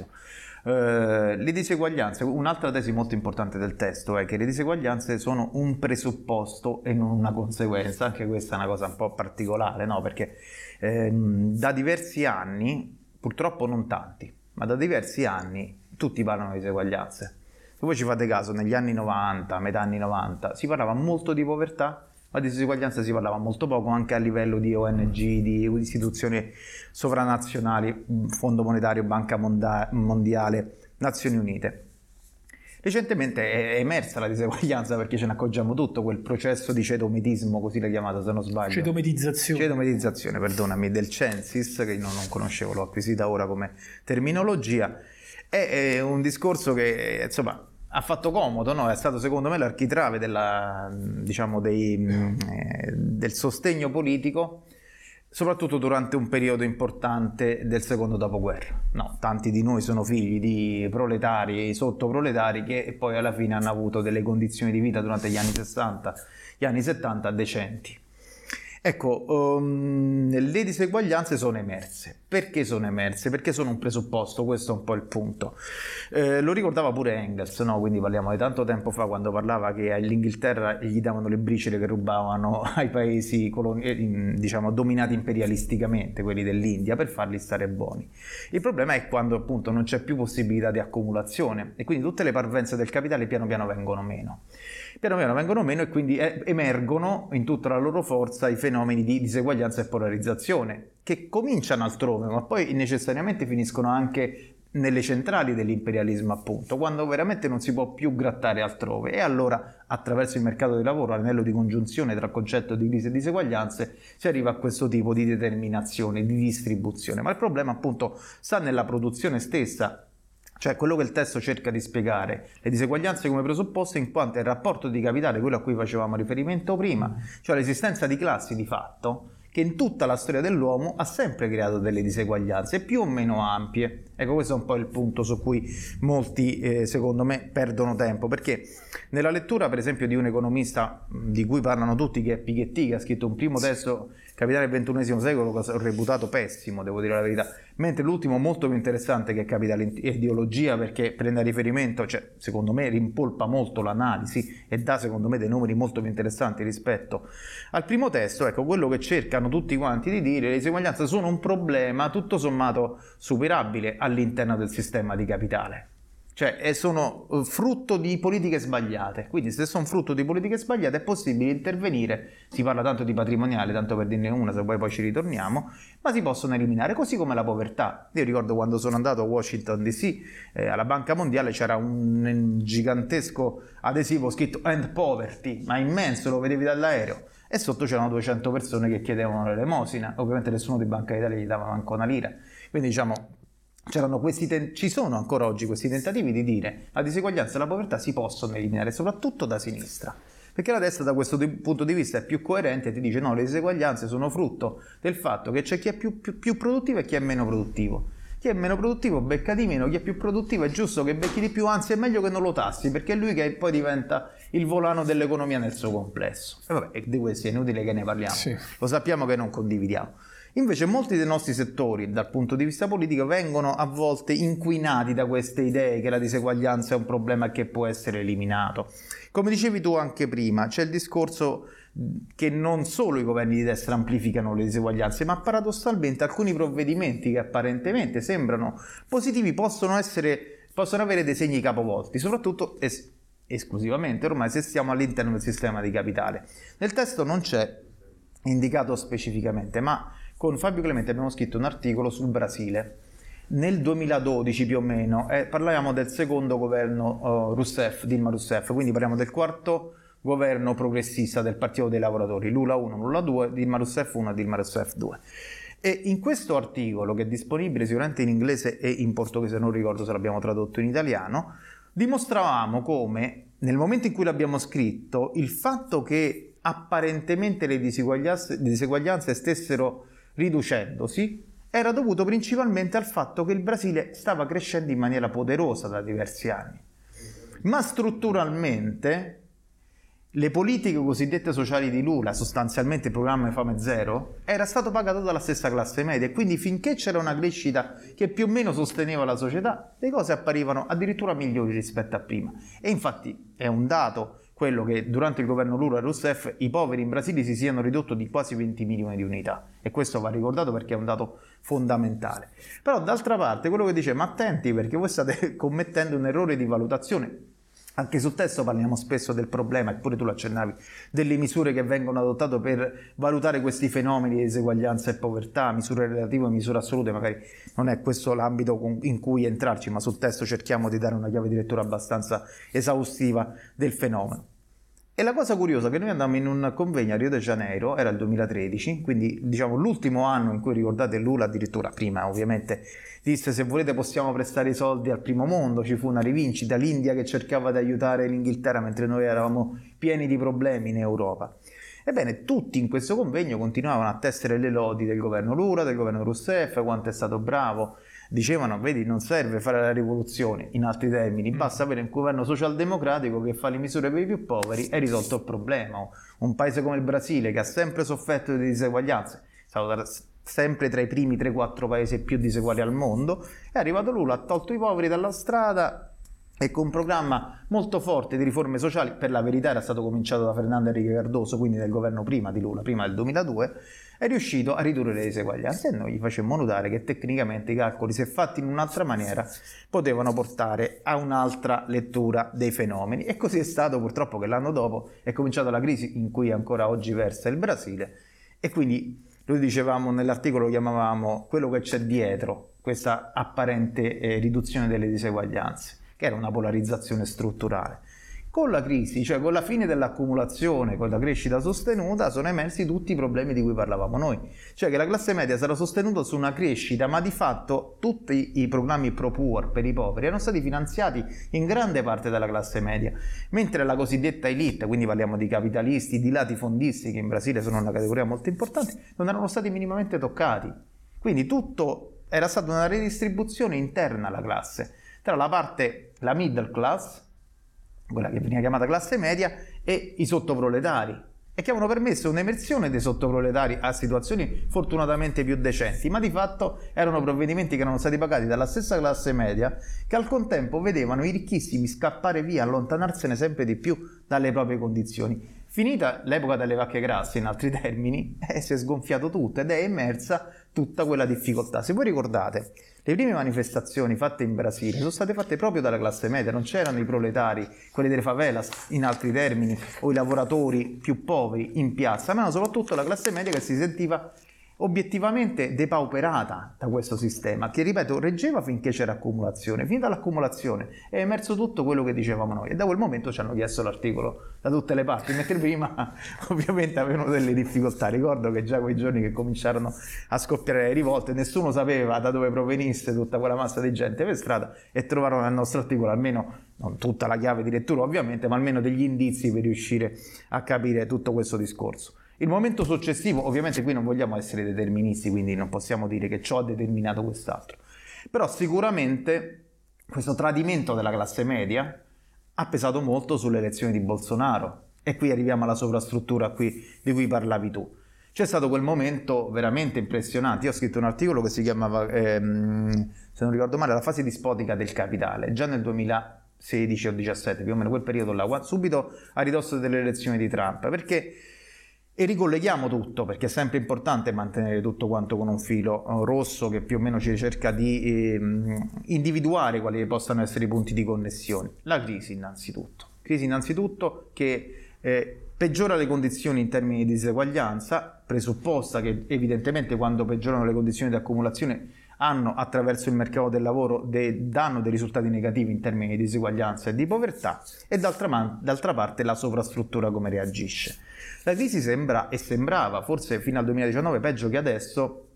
S2: Le diseguaglianze, un'altra tesi molto importante del testo è che le diseguaglianze sono un presupposto e non una conseguenza. Anche questa è una cosa un po' particolare, no? Perché da diversi anni, purtroppo non tanti, ma da diversi anni tutti parlano di diseguaglianze. Se voi ci fate caso, negli anni 90, metà anni 90, si parlava molto di povertà, ma di diseguaglianza si parlava molto poco, anche a livello di ONG, di istituzioni sovranazionali, Fondo Monetario, Banca Mondiale, Nazioni Unite. Recentemente è emersa la diseguaglianza, perché ce ne accorgiamo tutto, quel processo di cedometismo, così l'ha chiamato se non sbaglio. Cedometizzazione, perdonami, del Censis, che non conoscevo, l'ho acquisita ora come terminologia. È un discorso che, insomma, ha fatto comodo, no? È stato secondo me l'architrave del sostegno politico, soprattutto durante un periodo importante del secondo dopoguerra. No, tanti di noi sono figli di proletari e sottoproletari che poi alla fine hanno avuto delle condizioni di vita durante gli anni 60, gli anni 70 decenti. Ecco, le diseguaglianze sono emerse. Perché sono emerse? Perché sono un presupposto, questo è un po' il punto. Lo ricordava pure Engels, no? Quindi parliamo di tanto tempo fa, quando parlava che all'Inghilterra gli davano le briciole che rubavano ai paesi dominati imperialisticamente, quelli dell'India, per farli stare buoni. Il problema è quando appunto non c'è più possibilità di accumulazione, e quindi tutte le parvenze del capitale piano piano vengono meno. E quindi emergono in tutta la loro forza i fenomeni di diseguaglianza e polarizzazione, che cominciano altrove, ma poi necessariamente finiscono anche nelle centrali dell'imperialismo, appunto, quando veramente non si può più grattare altrove. E allora, attraverso il mercato del lavoro, l'anello di congiunzione tra concetto di crisi e diseguaglianze, si arriva a questo tipo di determinazione, di distribuzione. Ma il problema, appunto, sta nella produzione stessa Cioè quello che il testo cerca di spiegare, le diseguaglianze come presupposto in quanto è il rapporto di capitale, quello a cui facevamo riferimento prima, cioè l'esistenza di classi di fatto, che in tutta la storia dell'uomo ha sempre creato delle diseguaglianze più o meno ampie. Ecco, questo è un po' il punto su cui molti, secondo me, perdono tempo, perché nella lettura, per esempio, di un economista di cui parlano tutti, che è Piketty, che ha scritto un primo testo, Capitale del XXI secolo, che ho reputato pessimo, devo dire la verità, mentre l'ultimo molto più interessante, che è Capitale e Ideologia, perché prende a riferimento, cioè, secondo me, rimpolpa molto l'analisi e dà, secondo me, dei numeri molto più interessanti rispetto al primo testo. Ecco, quello che cercano tutti quanti di dire, le diseguaglianze sono un problema tutto sommato superabile all'interno del sistema di capitale, cioè sono frutto di politiche sbagliate. Quindi se sono frutto di politiche sbagliate è possibile intervenire, si parla tanto di patrimoniale, tanto per dirne una, se poi ci ritorniamo, ma si possono eliminare, così come la povertà. Io ricordo quando sono andato a Washington DC, alla Banca Mondiale c'era un gigantesco adesivo scritto End Poverty, ma immenso, lo vedevi dall'aereo, e sotto c'erano 200 persone che chiedevano l'elemosina. Ovviamente nessuno di Banca d'Italia gli dava manco una lira, quindi diciamo ci sono ancora oggi questi tentativi di dire la diseguaglianza e la povertà si possono eliminare, soprattutto da sinistra, perché la destra da questo punto di vista è più coerente e ti dice no, le diseguaglianze sono frutto del fatto che c'è chi è più produttivo e chi è meno produttivo. Chi è meno produttivo becca di meno, chi è più produttivo è giusto che becchi di più, anzi è meglio che non lo tassi, perché è lui che poi diventa il volano dell'economia nel suo complesso. E vabbè, di questo è inutile che ne parliamo, sì. Lo sappiamo che non condividiamo. Invece molti dei nostri settori, dal punto di vista politico, vengono a volte inquinati da queste idee che la diseguaglianza è un problema che può essere eliminato. Come dicevi tu anche prima, c'è il discorso che non solo i governi di destra amplificano le diseguaglianze, ma paradossalmente alcuni provvedimenti che apparentemente sembrano positivi possono avere dei segni capovolti, soprattutto esclusivamente ormai se stiamo all'interno del sistema di capitale. Nel testo non c'è indicato specificamente, ma con Fabio Clemente abbiamo scritto un articolo sul Brasile. Nel 2012 più o meno parlavamo del secondo governo Dilma Rousseff, quindi parliamo del quarto governo progressista del Partito dei Lavoratori, Lula 1, Lula 2, Dilma Rousseff 1 e Dilma Rousseff 2. E in questo articolo, che è disponibile sicuramente in inglese e in portoghese, non ricordo se l'abbiamo tradotto in italiano, dimostravamo come nel momento in cui l'abbiamo scritto il fatto che apparentemente le diseguaglianze stessero riducendosi era dovuto principalmente al fatto che il Brasile stava crescendo in maniera poderosa da diversi anni, ma strutturalmente le politiche cosiddette sociali di Lula, sostanzialmente il programma Fame Zero, era stato pagato dalla stessa classe media, e quindi finché c'era una crescita che più o meno sosteneva la società, le cose apparivano addirittura migliori rispetto a prima. E infatti è un dato quello che durante il governo Lula e Rousseff i poveri in Brasile si siano ridotti di quasi 20 milioni di unità, e questo va ricordato perché è un dato fondamentale. Però d'altra parte quello che dice, ma attenti perché voi state commettendo un errore di valutazione. Anche sul testo parliamo spesso del problema, eppure tu lo accennavi, delle misure che vengono adottate per valutare questi fenomeni di diseguaglianza e povertà, misure relative e misure assolute, magari non è questo l'ambito in cui entrarci, ma sul testo cerchiamo di dare una chiave di lettura abbastanza esaustiva del fenomeno. E la cosa curiosa è che noi andammo in un convegno a Rio de Janeiro, era il 2013, quindi diciamo l'ultimo anno in cui, ricordate, Lula addirittura prima ovviamente disse se volete possiamo prestare i soldi al primo mondo, ci fu una rivincita, l'India che cercava di aiutare l'Inghilterra mentre noi eravamo pieni di problemi in Europa. Ebbene, tutti in questo convegno continuavano a tessere le lodi del governo Lula, del governo Rousseff, quanto è stato bravo. Dicevano, vedi, non serve fare la rivoluzione, in altri termini, basta avere un governo socialdemocratico che fa le misure per i più poveri e risolto il problema. Un paese come il Brasile, che ha sempre sofferto di diseguaglianze, è stato sempre tra i primi 3-4 paesi più diseguali al mondo, è arrivato Lula, ha tolto i poveri dalla strada e con un programma molto forte di riforme sociali, per la verità era stato cominciato da Fernando Henrique Cardoso, quindi del governo prima di Lula, prima del 2002, è riuscito a ridurre le diseguaglianze, e noi gli facemmo notare che tecnicamente i calcoli, se fatti in un'altra maniera, potevano portare a un'altra lettura dei fenomeni. E così è stato, purtroppo, che l'anno dopo è cominciata la crisi in cui ancora oggi versa il Brasile, e quindi noi dicevamo nell'articolo, lo chiamavamo quello che c'è dietro questa apparente riduzione delle diseguaglianze, che era una polarizzazione strutturale. Con la crisi, cioè con la fine dell'accumulazione, con la crescita sostenuta, sono emersi tutti i problemi di cui parlavamo noi. Cioè che la classe media sarà sostenuta su una crescita, ma di fatto tutti i programmi pro-poor per i poveri erano stati finanziati in grande parte dalla classe media, mentre la cosiddetta elite, quindi parliamo di capitalisti, di latifondisti, che in Brasile sono una categoria molto importante, non erano stati minimamente toccati. Quindi tutto era stata una redistribuzione interna alla classe, tra la parte, la middle class, quella che veniva chiamata classe media, e i sottoproletari, e che avevano permesso un'emersione dei sottoproletari a situazioni fortunatamente più decenti, ma di fatto erano provvedimenti che erano stati pagati dalla stessa classe media, che al contempo vedevano i ricchissimi scappare via, allontanarsene sempre di più dalle proprie condizioni. Finita l'epoca delle vacche grasse, in altri termini, si è sgonfiato tutto ed è emersa tutta quella difficoltà. Se voi ricordate, le prime manifestazioni fatte in Brasile sono state fatte proprio dalla classe media, non c'erano i proletari, quelli delle favelas, in altri termini, o i lavoratori più poveri in piazza, ma soprattutto la classe media che si sentiva obiettivamente depauperata da questo sistema, che ripeto reggeva finché c'era accumulazione. Finita l'accumulazione è emerso tutto quello che dicevamo noi, e da quel momento ci hanno chiesto l'articolo da tutte le parti, mentre prima ovviamente avevano delle difficoltà. Ricordo che già quei giorni che cominciarono a scoppiare le rivolte, nessuno sapeva da dove provenisse tutta quella massa di gente per strada, e trovarono nel nostro articolo almeno, non tutta la chiave di lettura ovviamente, ma almeno degli indizi per riuscire a capire tutto questo discorso. Il momento successivo, ovviamente qui non vogliamo essere deterministi, quindi non possiamo dire che ciò ha determinato quest'altro, però sicuramente questo tradimento della classe media ha pesato molto sulle elezioni di Bolsonaro, e qui arriviamo alla sovrastruttura di cui parlavi tu. C'è stato quel momento veramente impressionante. Io ho scritto un articolo che si chiamava, se non ricordo male, La fase dispotica del capitale, già nel 2016 o 2017, più o meno quel periodo là, subito a ridosso delle elezioni di Trump, perché... E ricolleghiamo tutto, perché è sempre importante mantenere tutto quanto con un filo rosso che più o meno ci cerca di individuare quali possano essere i punti di connessione. La crisi innanzitutto che peggiora le condizioni in termini di diseguaglianza, presupposta che evidentemente quando peggiorano le condizioni di accumulazione hanno attraverso il mercato del lavoro danno dei risultati negativi in termini di diseguaglianza e di povertà, e d'altra parte la sovrastruttura come reagisce. La crisi sembrava, forse fino al 2019 peggio che adesso,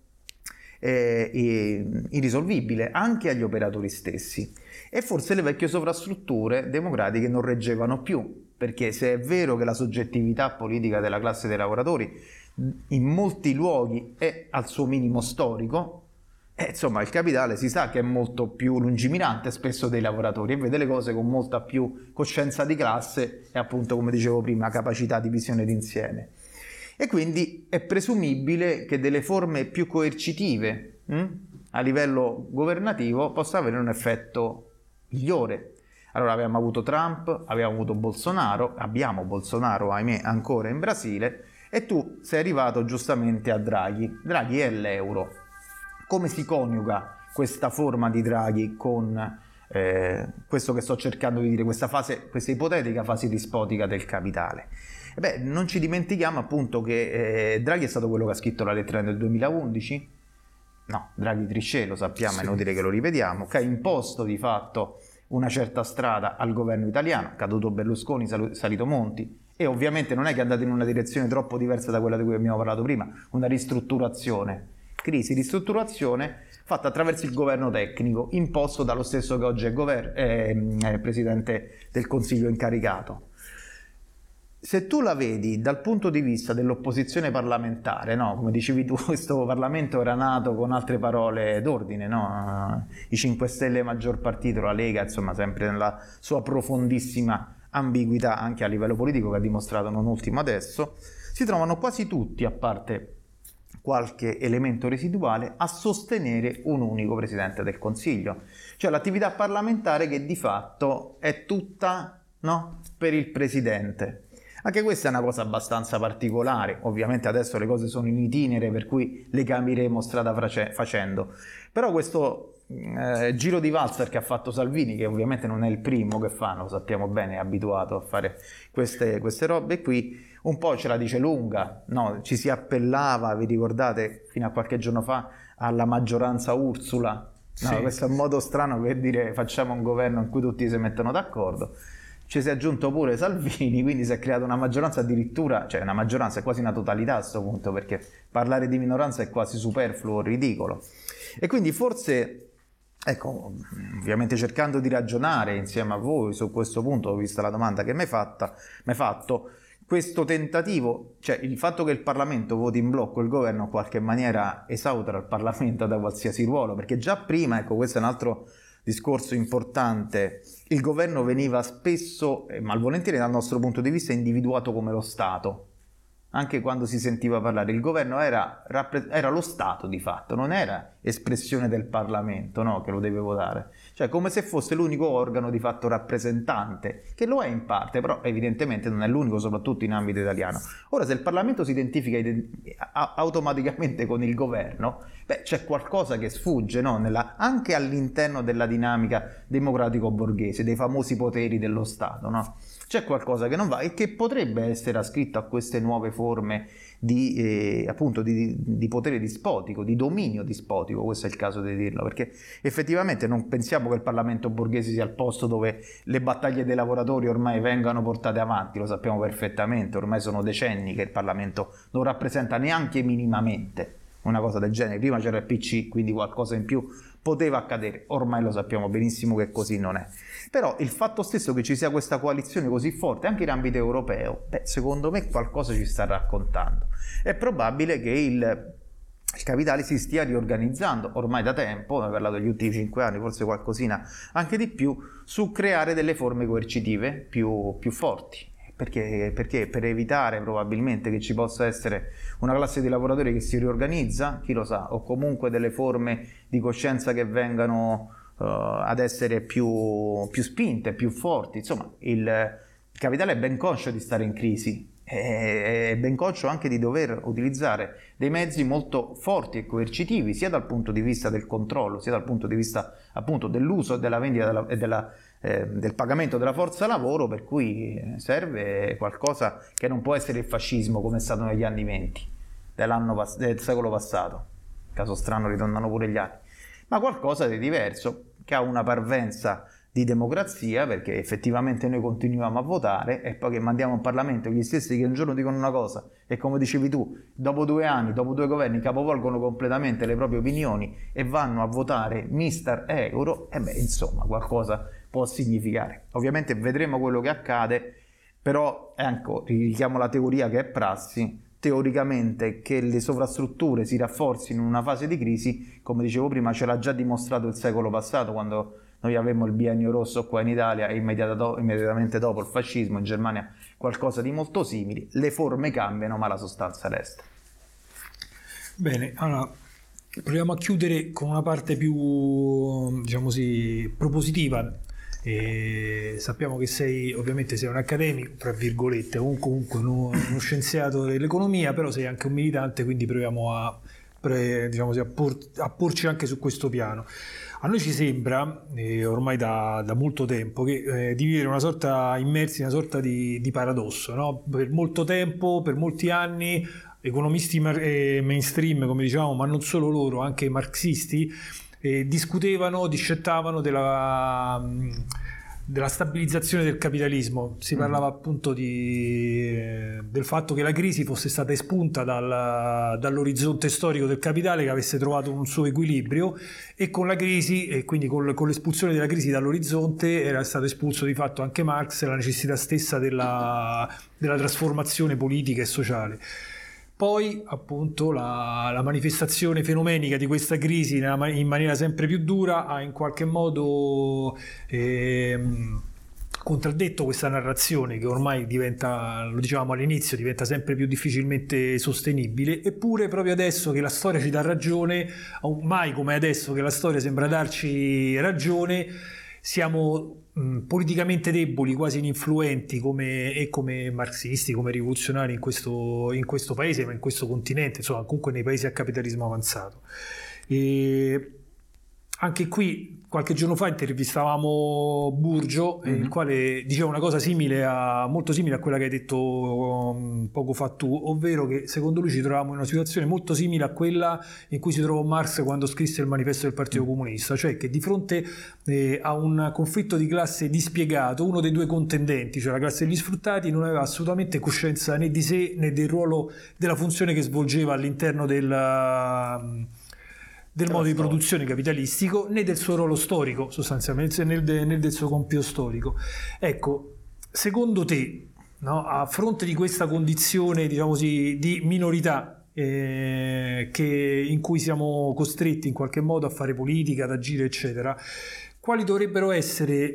S2: irrisolvibile anche agli operatori stessi, e forse le vecchie sovrastrutture democratiche non reggevano più, perché se è vero che la soggettività politica della classe dei lavoratori in molti luoghi è al suo minimo storico, insomma il capitale si sa che è molto più lungimirante spesso dei lavoratori e vede le cose con molta più coscienza di classe e, appunto, come dicevo prima, capacità di visione d'insieme. E quindi è presumibile che delle forme più coercitive a livello governativo possano avere un effetto migliore. Allora abbiamo avuto Trump, abbiamo avuto Bolsonaro, abbiamo Bolsonaro, ahimè, ancora in Brasile, e tu sei arrivato giustamente a Draghi. Draghi è l'euro. Come si coniuga questa forma di Draghi con questo che sto cercando di dire, questa ipotetica fase dispotica del capitale? Non ci dimentichiamo appunto che Draghi è stato quello che ha scritto la lettera nel 2011, no, Draghi Trichet, lo sappiamo, sì. È inutile che lo ripetiamo, che ha imposto di fatto una certa strada al governo italiano, caduto Berlusconi, salito Monti, e ovviamente non è che è andato in una direzione troppo diversa da quella di cui abbiamo parlato prima, una ristrutturazione. Crisi, ristrutturazione fatta attraverso il governo tecnico imposto dallo stesso che oggi è Presidente del Consiglio incaricato. Se tu la vedi dal punto di vista dell'opposizione parlamentare, no? Come dicevi tu, questo Parlamento era nato con altre parole d'ordine, no? I 5 Stelle maggior partito, la Lega, insomma sempre nella sua profondissima ambiguità anche a livello politico, che ha dimostrato non ultimo adesso, si trovano quasi tutti, a parte qualche elemento residuale, a sostenere un unico Presidente del Consiglio, cioè l'attività parlamentare che di fatto è tutta, no, per il Presidente. Anche questa è una cosa abbastanza particolare, ovviamente adesso le cose sono in itinere per cui le capiremo strada facendo, però questo giro di valzer che ha fatto Salvini, che ovviamente non è il primo che fa, lo sappiamo bene, è abituato a fare queste robe qui, un po' ce la dice lunga, no? Ci si appellava, vi ricordate, fino a qualche giorno fa, alla maggioranza Ursula, no? Sì. Questo è un modo strano per dire facciamo un governo in cui tutti si mettono d'accordo. ci si è aggiunto pure Salvini, quindi si è creata una maggioranza addirittura, cioè una maggioranza è quasi una totalità a questo punto, perché parlare di minoranza è quasi superfluo, ridicolo. E quindi forse, ecco, ovviamente cercando di ragionare insieme a voi su questo punto, vista la domanda che mi hai fatto, questo tentativo, cioè il fatto che il Parlamento voti in blocco il governo in qualche maniera esautora il Parlamento da qualsiasi ruolo, perché già prima, ecco, questo è un altro discorso importante, il governo veniva spesso, malvolentieri dal nostro punto di vista, individuato come lo Stato. Anche quando si sentiva parlare, il governo era lo Stato di fatto, non era espressione del Parlamento, no, che lo deve votare. Cioè come se fosse l'unico organo di fatto rappresentante, che lo è in parte, però evidentemente non è l'unico, soprattutto in ambito italiano. Ora, se il Parlamento si identifica automaticamente con il governo, c'è qualcosa che sfugge, no? Anche all'interno della dinamica democratico-borghese, dei famosi poteri dello Stato, no? C'è qualcosa che non va e che potrebbe essere ascritto a queste nuove forme appunto di potere dispotico, di dominio dispotico, questo è il caso di dirlo, perché effettivamente non pensiamo che il Parlamento borghese sia il posto dove le battaglie dei lavoratori ormai vengano portate avanti, lo sappiamo perfettamente, ormai sono decenni che il Parlamento non rappresenta neanche minimamente una cosa del genere. Prima c'era il PC, quindi qualcosa in più poteva accadere, ormai lo sappiamo benissimo che così non è. Però il fatto stesso che ci sia questa coalizione così forte anche in ambito europeo, secondo me qualcosa ci sta raccontando. È probabile che il capitale si stia riorganizzando ormai da tempo, ne ho parlato degli ultimi 5 anni, forse qualcosina anche di più, su creare delle forme coercitive più forti. Perché? Per evitare probabilmente che ci possa essere una classe di lavoratori che si riorganizza, chi lo sa, o comunque delle forme di coscienza che vengano ad essere più spinte, più forti. Insomma, il capitale è ben conscio di stare in crisi, è ben conscio anche di dover utilizzare dei mezzi molto forti e coercitivi, sia dal punto di vista del controllo, sia dal punto di vista appunto dell'uso e della vendita e del pagamento della forza lavoro, per cui serve qualcosa che non può essere il fascismo come è stato negli anni 20 del secolo passato, caso strano ritornano pure gli anni, ma qualcosa di diverso che ha una parvenza di democrazia, perché effettivamente noi continuiamo a votare e poi che mandiamo in Parlamento gli stessi che un giorno dicono una cosa e, come dicevi tu, dopo 2 anni, dopo 2 governi capovolgono completamente le proprie opinioni e vanno a votare mister euro, insomma qualcosa può significare. Ovviamente vedremo quello che accade, però ecco, richiamo la teoria che è prassi, teoricamente che le sovrastrutture si rafforzino in una fase di crisi, come dicevo prima, ce l'ha già dimostrato il secolo passato, quando noi avevamo il biennio rosso qua in Italia e immediatamente dopo il fascismo, in Germania qualcosa di molto simile. Le forme cambiano ma la sostanza resta.
S1: Bene, allora proviamo a chiudere con una parte più, diciamo così, propositiva. Sappiamo che sei un accademico, tra virgolette, o comunque uno scienziato dell'economia, però sei anche un militante, quindi proviamo a porci anche su questo piano. A noi ci sembra, ormai da molto tempo, che di vivere immersi in una sorta di paradosso, no? Per molto tempo, per molti anni, economisti mainstream, come diciamo, ma non solo loro, anche marxisti, discettavano della stabilizzazione del capitalismo. Si parlava appunto del fatto che la crisi fosse stata espunta dall'orizzonte storico del capitale, che avesse trovato un suo equilibrio, e con la crisi, e quindi con l'espulsione della crisi dall'orizzonte, era stato espulso di fatto anche Marx e la necessità stessa della trasformazione politica e sociale. Poi appunto la manifestazione fenomenica di questa crisi in maniera sempre più dura ha in qualche modo contraddetto questa narrazione, che ormai diventa, lo dicevamo all'inizio, diventa sempre più difficilmente sostenibile. Eppure proprio adesso che la storia ci dà ragione, mai come adesso che la storia sembra darci ragione, siamo politicamente deboli, quasi ininfluenti come marxisti, come rivoluzionari in questo paese, ma in questo continente, insomma comunque nei paesi a capitalismo avanzato. E Anche qui qualche giorno fa intervistavamo Burgio, il quale diceva una cosa molto simile a quella che hai detto poco fa tu, ovvero che secondo lui ci trovavamo in una situazione molto simile a quella in cui si trovò Marx quando scrisse il manifesto del Partito Comunista, cioè che di fronte a un conflitto di classe dispiegato, uno dei due contendenti, cioè la classe degli sfruttati, non aveva assolutamente coscienza né di sé né del ruolo, della funzione che svolgeva all'interno del modo di produzione capitalistico, né del suo ruolo storico, sostanzialmente, né del suo compito storico. Ecco, secondo te, no, a fronte di questa condizione, diciamo così, di minorità in cui siamo costretti in qualche modo a fare politica, ad agire, eccetera, quali dovrebbero essere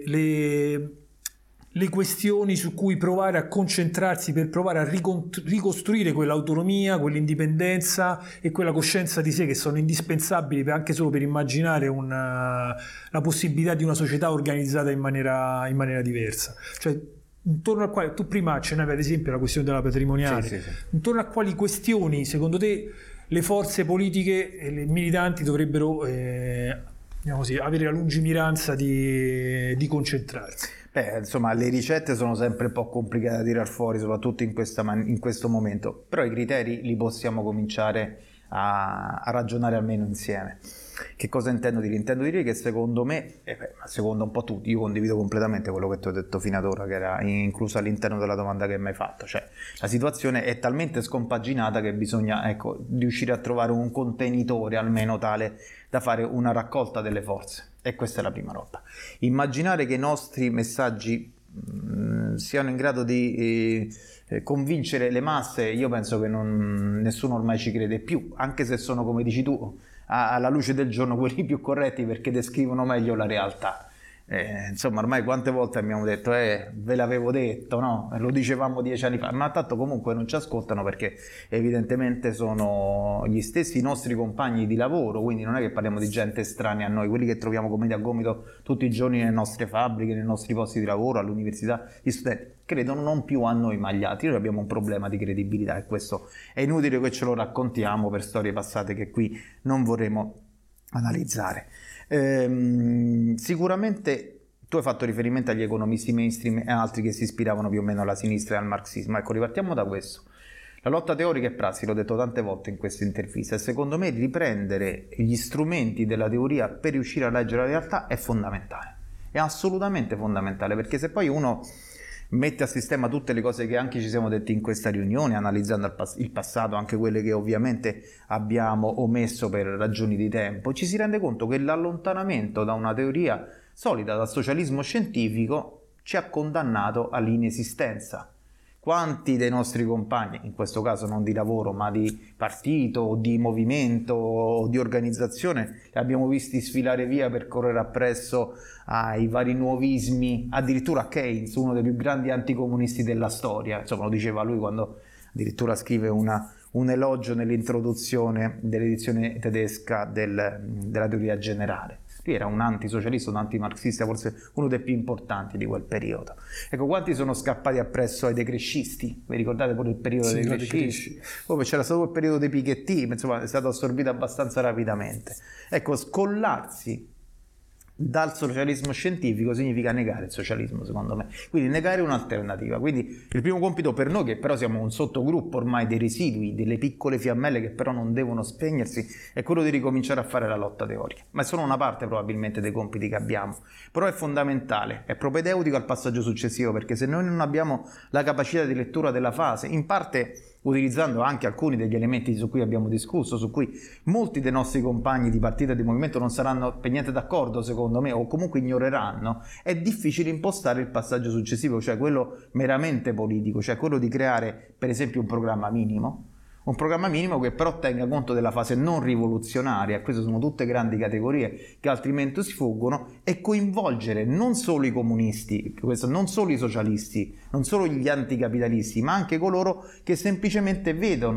S1: le questioni su cui provare a concentrarsi per provare a ricostruire quell'autonomia, quell'indipendenza e quella coscienza di sé che sono indispensabili anche solo per immaginare la possibilità di una società organizzata in maniera diversa? Cioè, intorno al quale tu prima accennavi ad esempio la questione della patrimoniale,
S2: sì.
S1: intorno a quali questioni secondo te le forze politiche e le militanti dovrebbero diciamo così, avere la lungimiranza di concentrarsi?
S2: Insomma, le ricette sono sempre un po' complicate da tirar fuori, soprattutto in questo momento, però i criteri li possiamo cominciare a ragionare almeno insieme. Che cosa intendo dire? Intendo dire che secondo me, secondo un po' tutti, io condivido completamente quello che ti ho detto fino ad ora, che era incluso all'interno della domanda che mi hai fatto, cioè la situazione è talmente scompaginata che bisogna riuscire a trovare un contenitore almeno tale da fare una raccolta delle forze, e questa è la prima roba. Immaginare che i nostri messaggi siano in grado di convincere le masse, io penso che nessuno ormai ci crede più, anche se sono, come dici tu, alla luce del giorno quelli più corretti perché descrivono meglio la realtà. Insomma, ormai quante volte abbiamo detto ve l'avevo detto, no? Lo dicevamo 10 anni fa, ma tanto comunque non ci ascoltano perché evidentemente sono gli stessi nostri compagni di lavoro, quindi non è che parliamo di gente estranea a noi, quelli che troviamo gomito a gomito tutti i giorni nelle nostre fabbriche, nei nostri posti di lavoro, all'università, gli studenti credono non più a noi magliati. Noi abbiamo un problema di credibilità e questo è inutile che ce lo raccontiamo per storie passate che qui non vorremmo analizzare. Sicuramente tu hai fatto riferimento agli economisti mainstream e altri che si ispiravano più o meno alla sinistra e al marxismo. Ecco, ripartiamo da questo. La lotta teorica e prassi, l'ho detto tante volte in questa intervista, e secondo me riprendere gli strumenti della teoria per riuscire a leggere la realtà è fondamentale, è assolutamente fondamentale, perché se poi uno mette a sistema tutte le cose che anche ci siamo detti in questa riunione, analizzando il passato, anche quelle che ovviamente abbiamo omesso per ragioni di tempo, ci si rende conto che l'allontanamento da una teoria solida, dal socialismo scientifico, ci ha condannato all'inesistenza. Quanti dei nostri compagni, in questo caso non di lavoro ma di partito o di movimento o di organizzazione, li abbiamo visti sfilare via per correre appresso ai vari nuovismi, addirittura a Keynes, uno dei più grandi anticomunisti della storia. Insomma, lo diceva lui quando addirittura scrive un elogio nell'introduzione dell'edizione tedesca della teoria generale. Lui era un antisocialista, un antimarxista, forse uno dei più importanti di quel periodo. Ecco, quanti sono scappati appresso ai decrescisti? Vi ricordate pure il periodo dei decrescisti? Poi c'era stato il periodo dei Piketty, insomma è stato assorbito abbastanza rapidamente. Ecco, scollarsi dal socialismo scientifico significa negare il socialismo, secondo me, quindi negare un'alternativa. Quindi il primo compito per noi, che però siamo un sottogruppo ormai dei residui, delle piccole fiammelle che però non devono spegnersi, è quello di ricominciare a fare la lotta teorica, ma è solo una parte probabilmente dei compiti che abbiamo, però è fondamentale, è propedeutico al passaggio successivo, perché se noi non abbiamo la capacità di lettura della fase, in parte utilizzando anche alcuni degli elementi su cui abbiamo discusso, su cui molti dei nostri compagni di partito e di movimento non saranno per niente d'accordo, secondo me, o comunque ignoreranno, è difficile impostare il passaggio successivo, cioè quello meramente politico, cioè quello di creare per esempio un programma minimo che però tenga conto della fase non rivoluzionaria, queste sono tutte grandi categorie che altrimenti sfuggono, e coinvolgere non solo i comunisti, non solo i socialisti, non solo gli anticapitalisti, ma anche coloro che semplicemente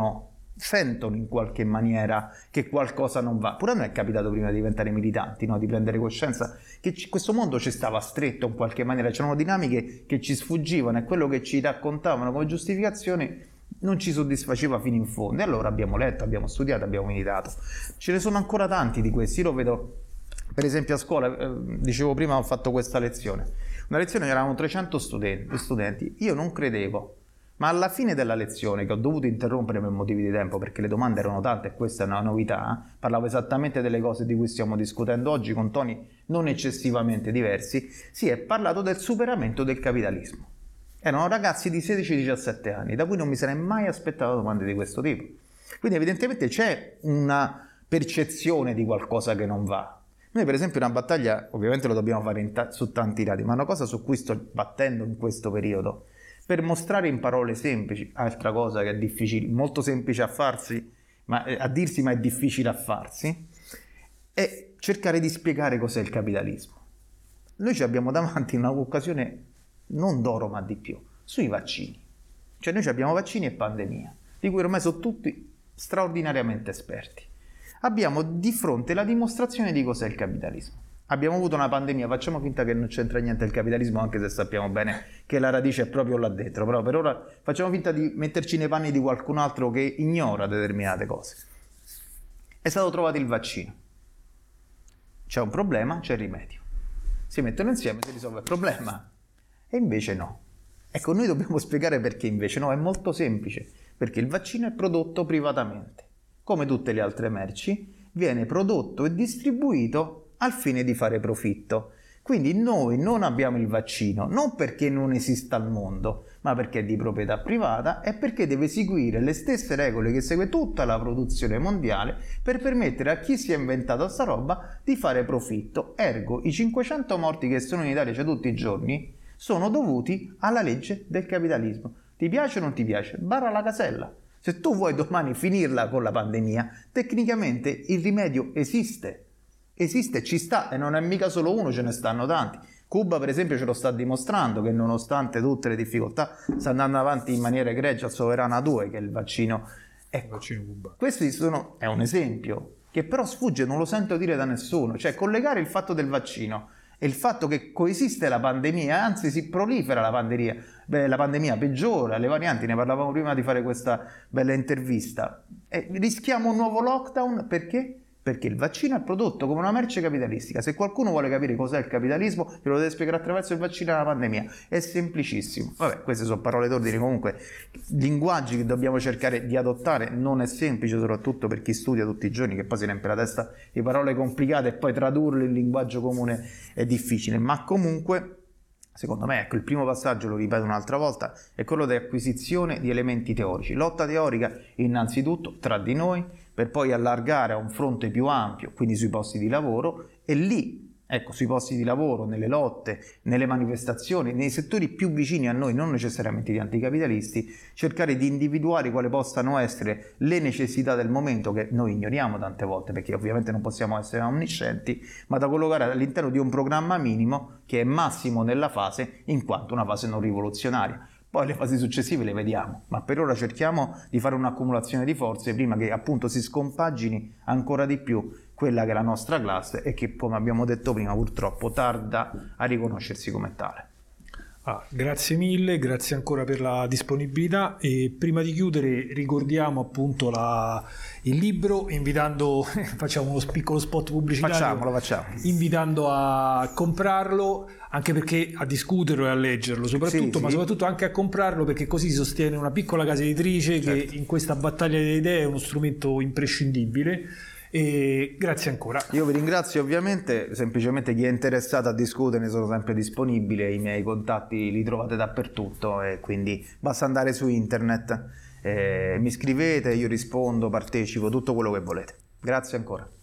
S2: sentono in qualche maniera che qualcosa non va. Pure a noi è capitato prima di diventare militanti, no? Di prendere coscienza che questo mondo ci stava stretto in qualche maniera, c'erano dinamiche che ci sfuggivano e quello che ci raccontavano come giustificazione non ci soddisfaceva fino in fondo, e allora abbiamo letto, abbiamo studiato, abbiamo meditato. Ce ne sono ancora tanti di questi, io lo vedo Per esempio a scuola, dicevo prima, ho fatto questa lezione. Una lezione che eravamo 300 studenti. Io non credevo, ma alla fine della lezione, che ho dovuto interrompere per motivi di tempo perché le domande erano tante e questa è una novità, parlavo esattamente delle cose di cui stiamo discutendo oggi con toni non eccessivamente diversi, si è parlato del superamento del capitalismo. Erano ragazzi di 16-17 anni, da cui non mi sarei mai aspettato domande di questo tipo. Quindi evidentemente c'è una percezione di qualcosa che non va. Noi per esempio una battaglia, ovviamente lo dobbiamo fare su tanti lati, ma una cosa su cui sto battendo in questo periodo, per mostrare in parole semplici, altra cosa che è difficile, molto semplice a farsi, ma a dirsi ma è difficile a farsi, è cercare di spiegare cos'è il capitalismo. Noi ci abbiamo davanti un'occasione non d'oro ma di più, sui vaccini. Cioè noi abbiamo vaccini e pandemia, di cui ormai sono tutti straordinariamente esperti. Abbiamo di fronte la dimostrazione di cos'è il capitalismo. Abbiamo avuto una pandemia, facciamo finta che non c'entra niente il capitalismo, anche se sappiamo bene che la radice è proprio là dentro, però per ora facciamo finta di metterci nei panni di qualcun altro che ignora determinate cose. È stato trovato il vaccino. C'è un problema, c'è il rimedio. Si mettono insieme, si risolve il problema. E invece no. Ecco, noi dobbiamo spiegare perché invece no, è molto semplice, perché il vaccino è prodotto privatamente. Come tutte le altre merci, viene prodotto e distribuito al fine di fare profitto. Quindi noi non abbiamo il vaccino, non perché non esista al mondo, ma perché è di proprietà privata e perché deve seguire le stesse regole che segue tutta la produzione mondiale per permettere a chi si è inventato sta roba di fare profitto. Ergo, i 500 morti che sono in Italia tutti i giorni sono dovuti alla legge del capitalismo. Ti piace o non ti piace? Barra la casella. Se tu vuoi domani finirla con la pandemia, tecnicamente il rimedio esiste, ci sta e non è mica solo uno, ce ne stanno tanti. Cuba per esempio ce lo sta dimostrando che nonostante tutte le difficoltà sta andando avanti in maniera egregia sovrana 2, che è il vaccino. Ecco, il vaccino Cuba. È un esempio che però sfugge, non lo sento dire da nessuno, cioè collegare il fatto del vaccino e il fatto che coesiste la pandemia, anzi si prolifera la pandemia peggiora, le varianti, ne parlavamo prima di fare questa bella intervista, e rischiamo un nuovo lockdown perché? Perché il vaccino è prodotto come una merce capitalistica. Se qualcuno vuole capire cos'è il capitalismo, glielo deve spiegare attraverso il vaccino e la pandemia. È semplicissimo. Vabbè, queste sono parole d'ordine. Comunque, linguaggi che dobbiamo cercare di adottare non è semplice, soprattutto per chi studia tutti i giorni, che poi si riempie la testa di parole complicate e poi tradurle in linguaggio comune è difficile. Ma comunque, secondo me, ecco, il primo passaggio, lo ripeto un'altra volta, è quello di acquisizione di elementi teorici. Lotta teorica innanzitutto tra di noi, per poi allargare a un fronte più ampio, quindi sui posti di lavoro, e lì, ecco, sui posti di lavoro, nelle lotte, nelle manifestazioni, nei settori più vicini a noi, non necessariamente di anticapitalisti, cercare di individuare quali possano essere le necessità del momento, che noi ignoriamo tante volte, perché ovviamente non possiamo essere omniscienti, ma da collocare all'interno di un programma minimo che è massimo nella fase, in quanto una fase non rivoluzionaria. Poi le fasi successive le vediamo, ma per ora cerchiamo di fare un'accumulazione di forze prima che appunto si scompagini ancora di più quella che è la nostra classe e che, come abbiamo detto prima, purtroppo tarda a riconoscersi come tale.
S1: Grazie mille, grazie ancora per la disponibilità, e prima di chiudere ricordiamo appunto il libro, invitando, facciamo uno piccolo spot pubblicitario,
S2: facciamo.
S1: Invitando a comprarlo, anche perché a discuterlo e a leggerlo soprattutto, sì. Ma soprattutto anche a comprarlo, perché così si sostiene una piccola casa editrice, certo, che in questa battaglia delle idee è uno strumento imprescindibile. E grazie ancora.
S2: Io vi ringrazio, ovviamente, semplicemente chi è interessato a discutere sono sempre disponibile, i miei contatti li trovate dappertutto e quindi basta andare su internet, mi scrivete, io rispondo, partecipo, tutto quello che volete. Grazie ancora.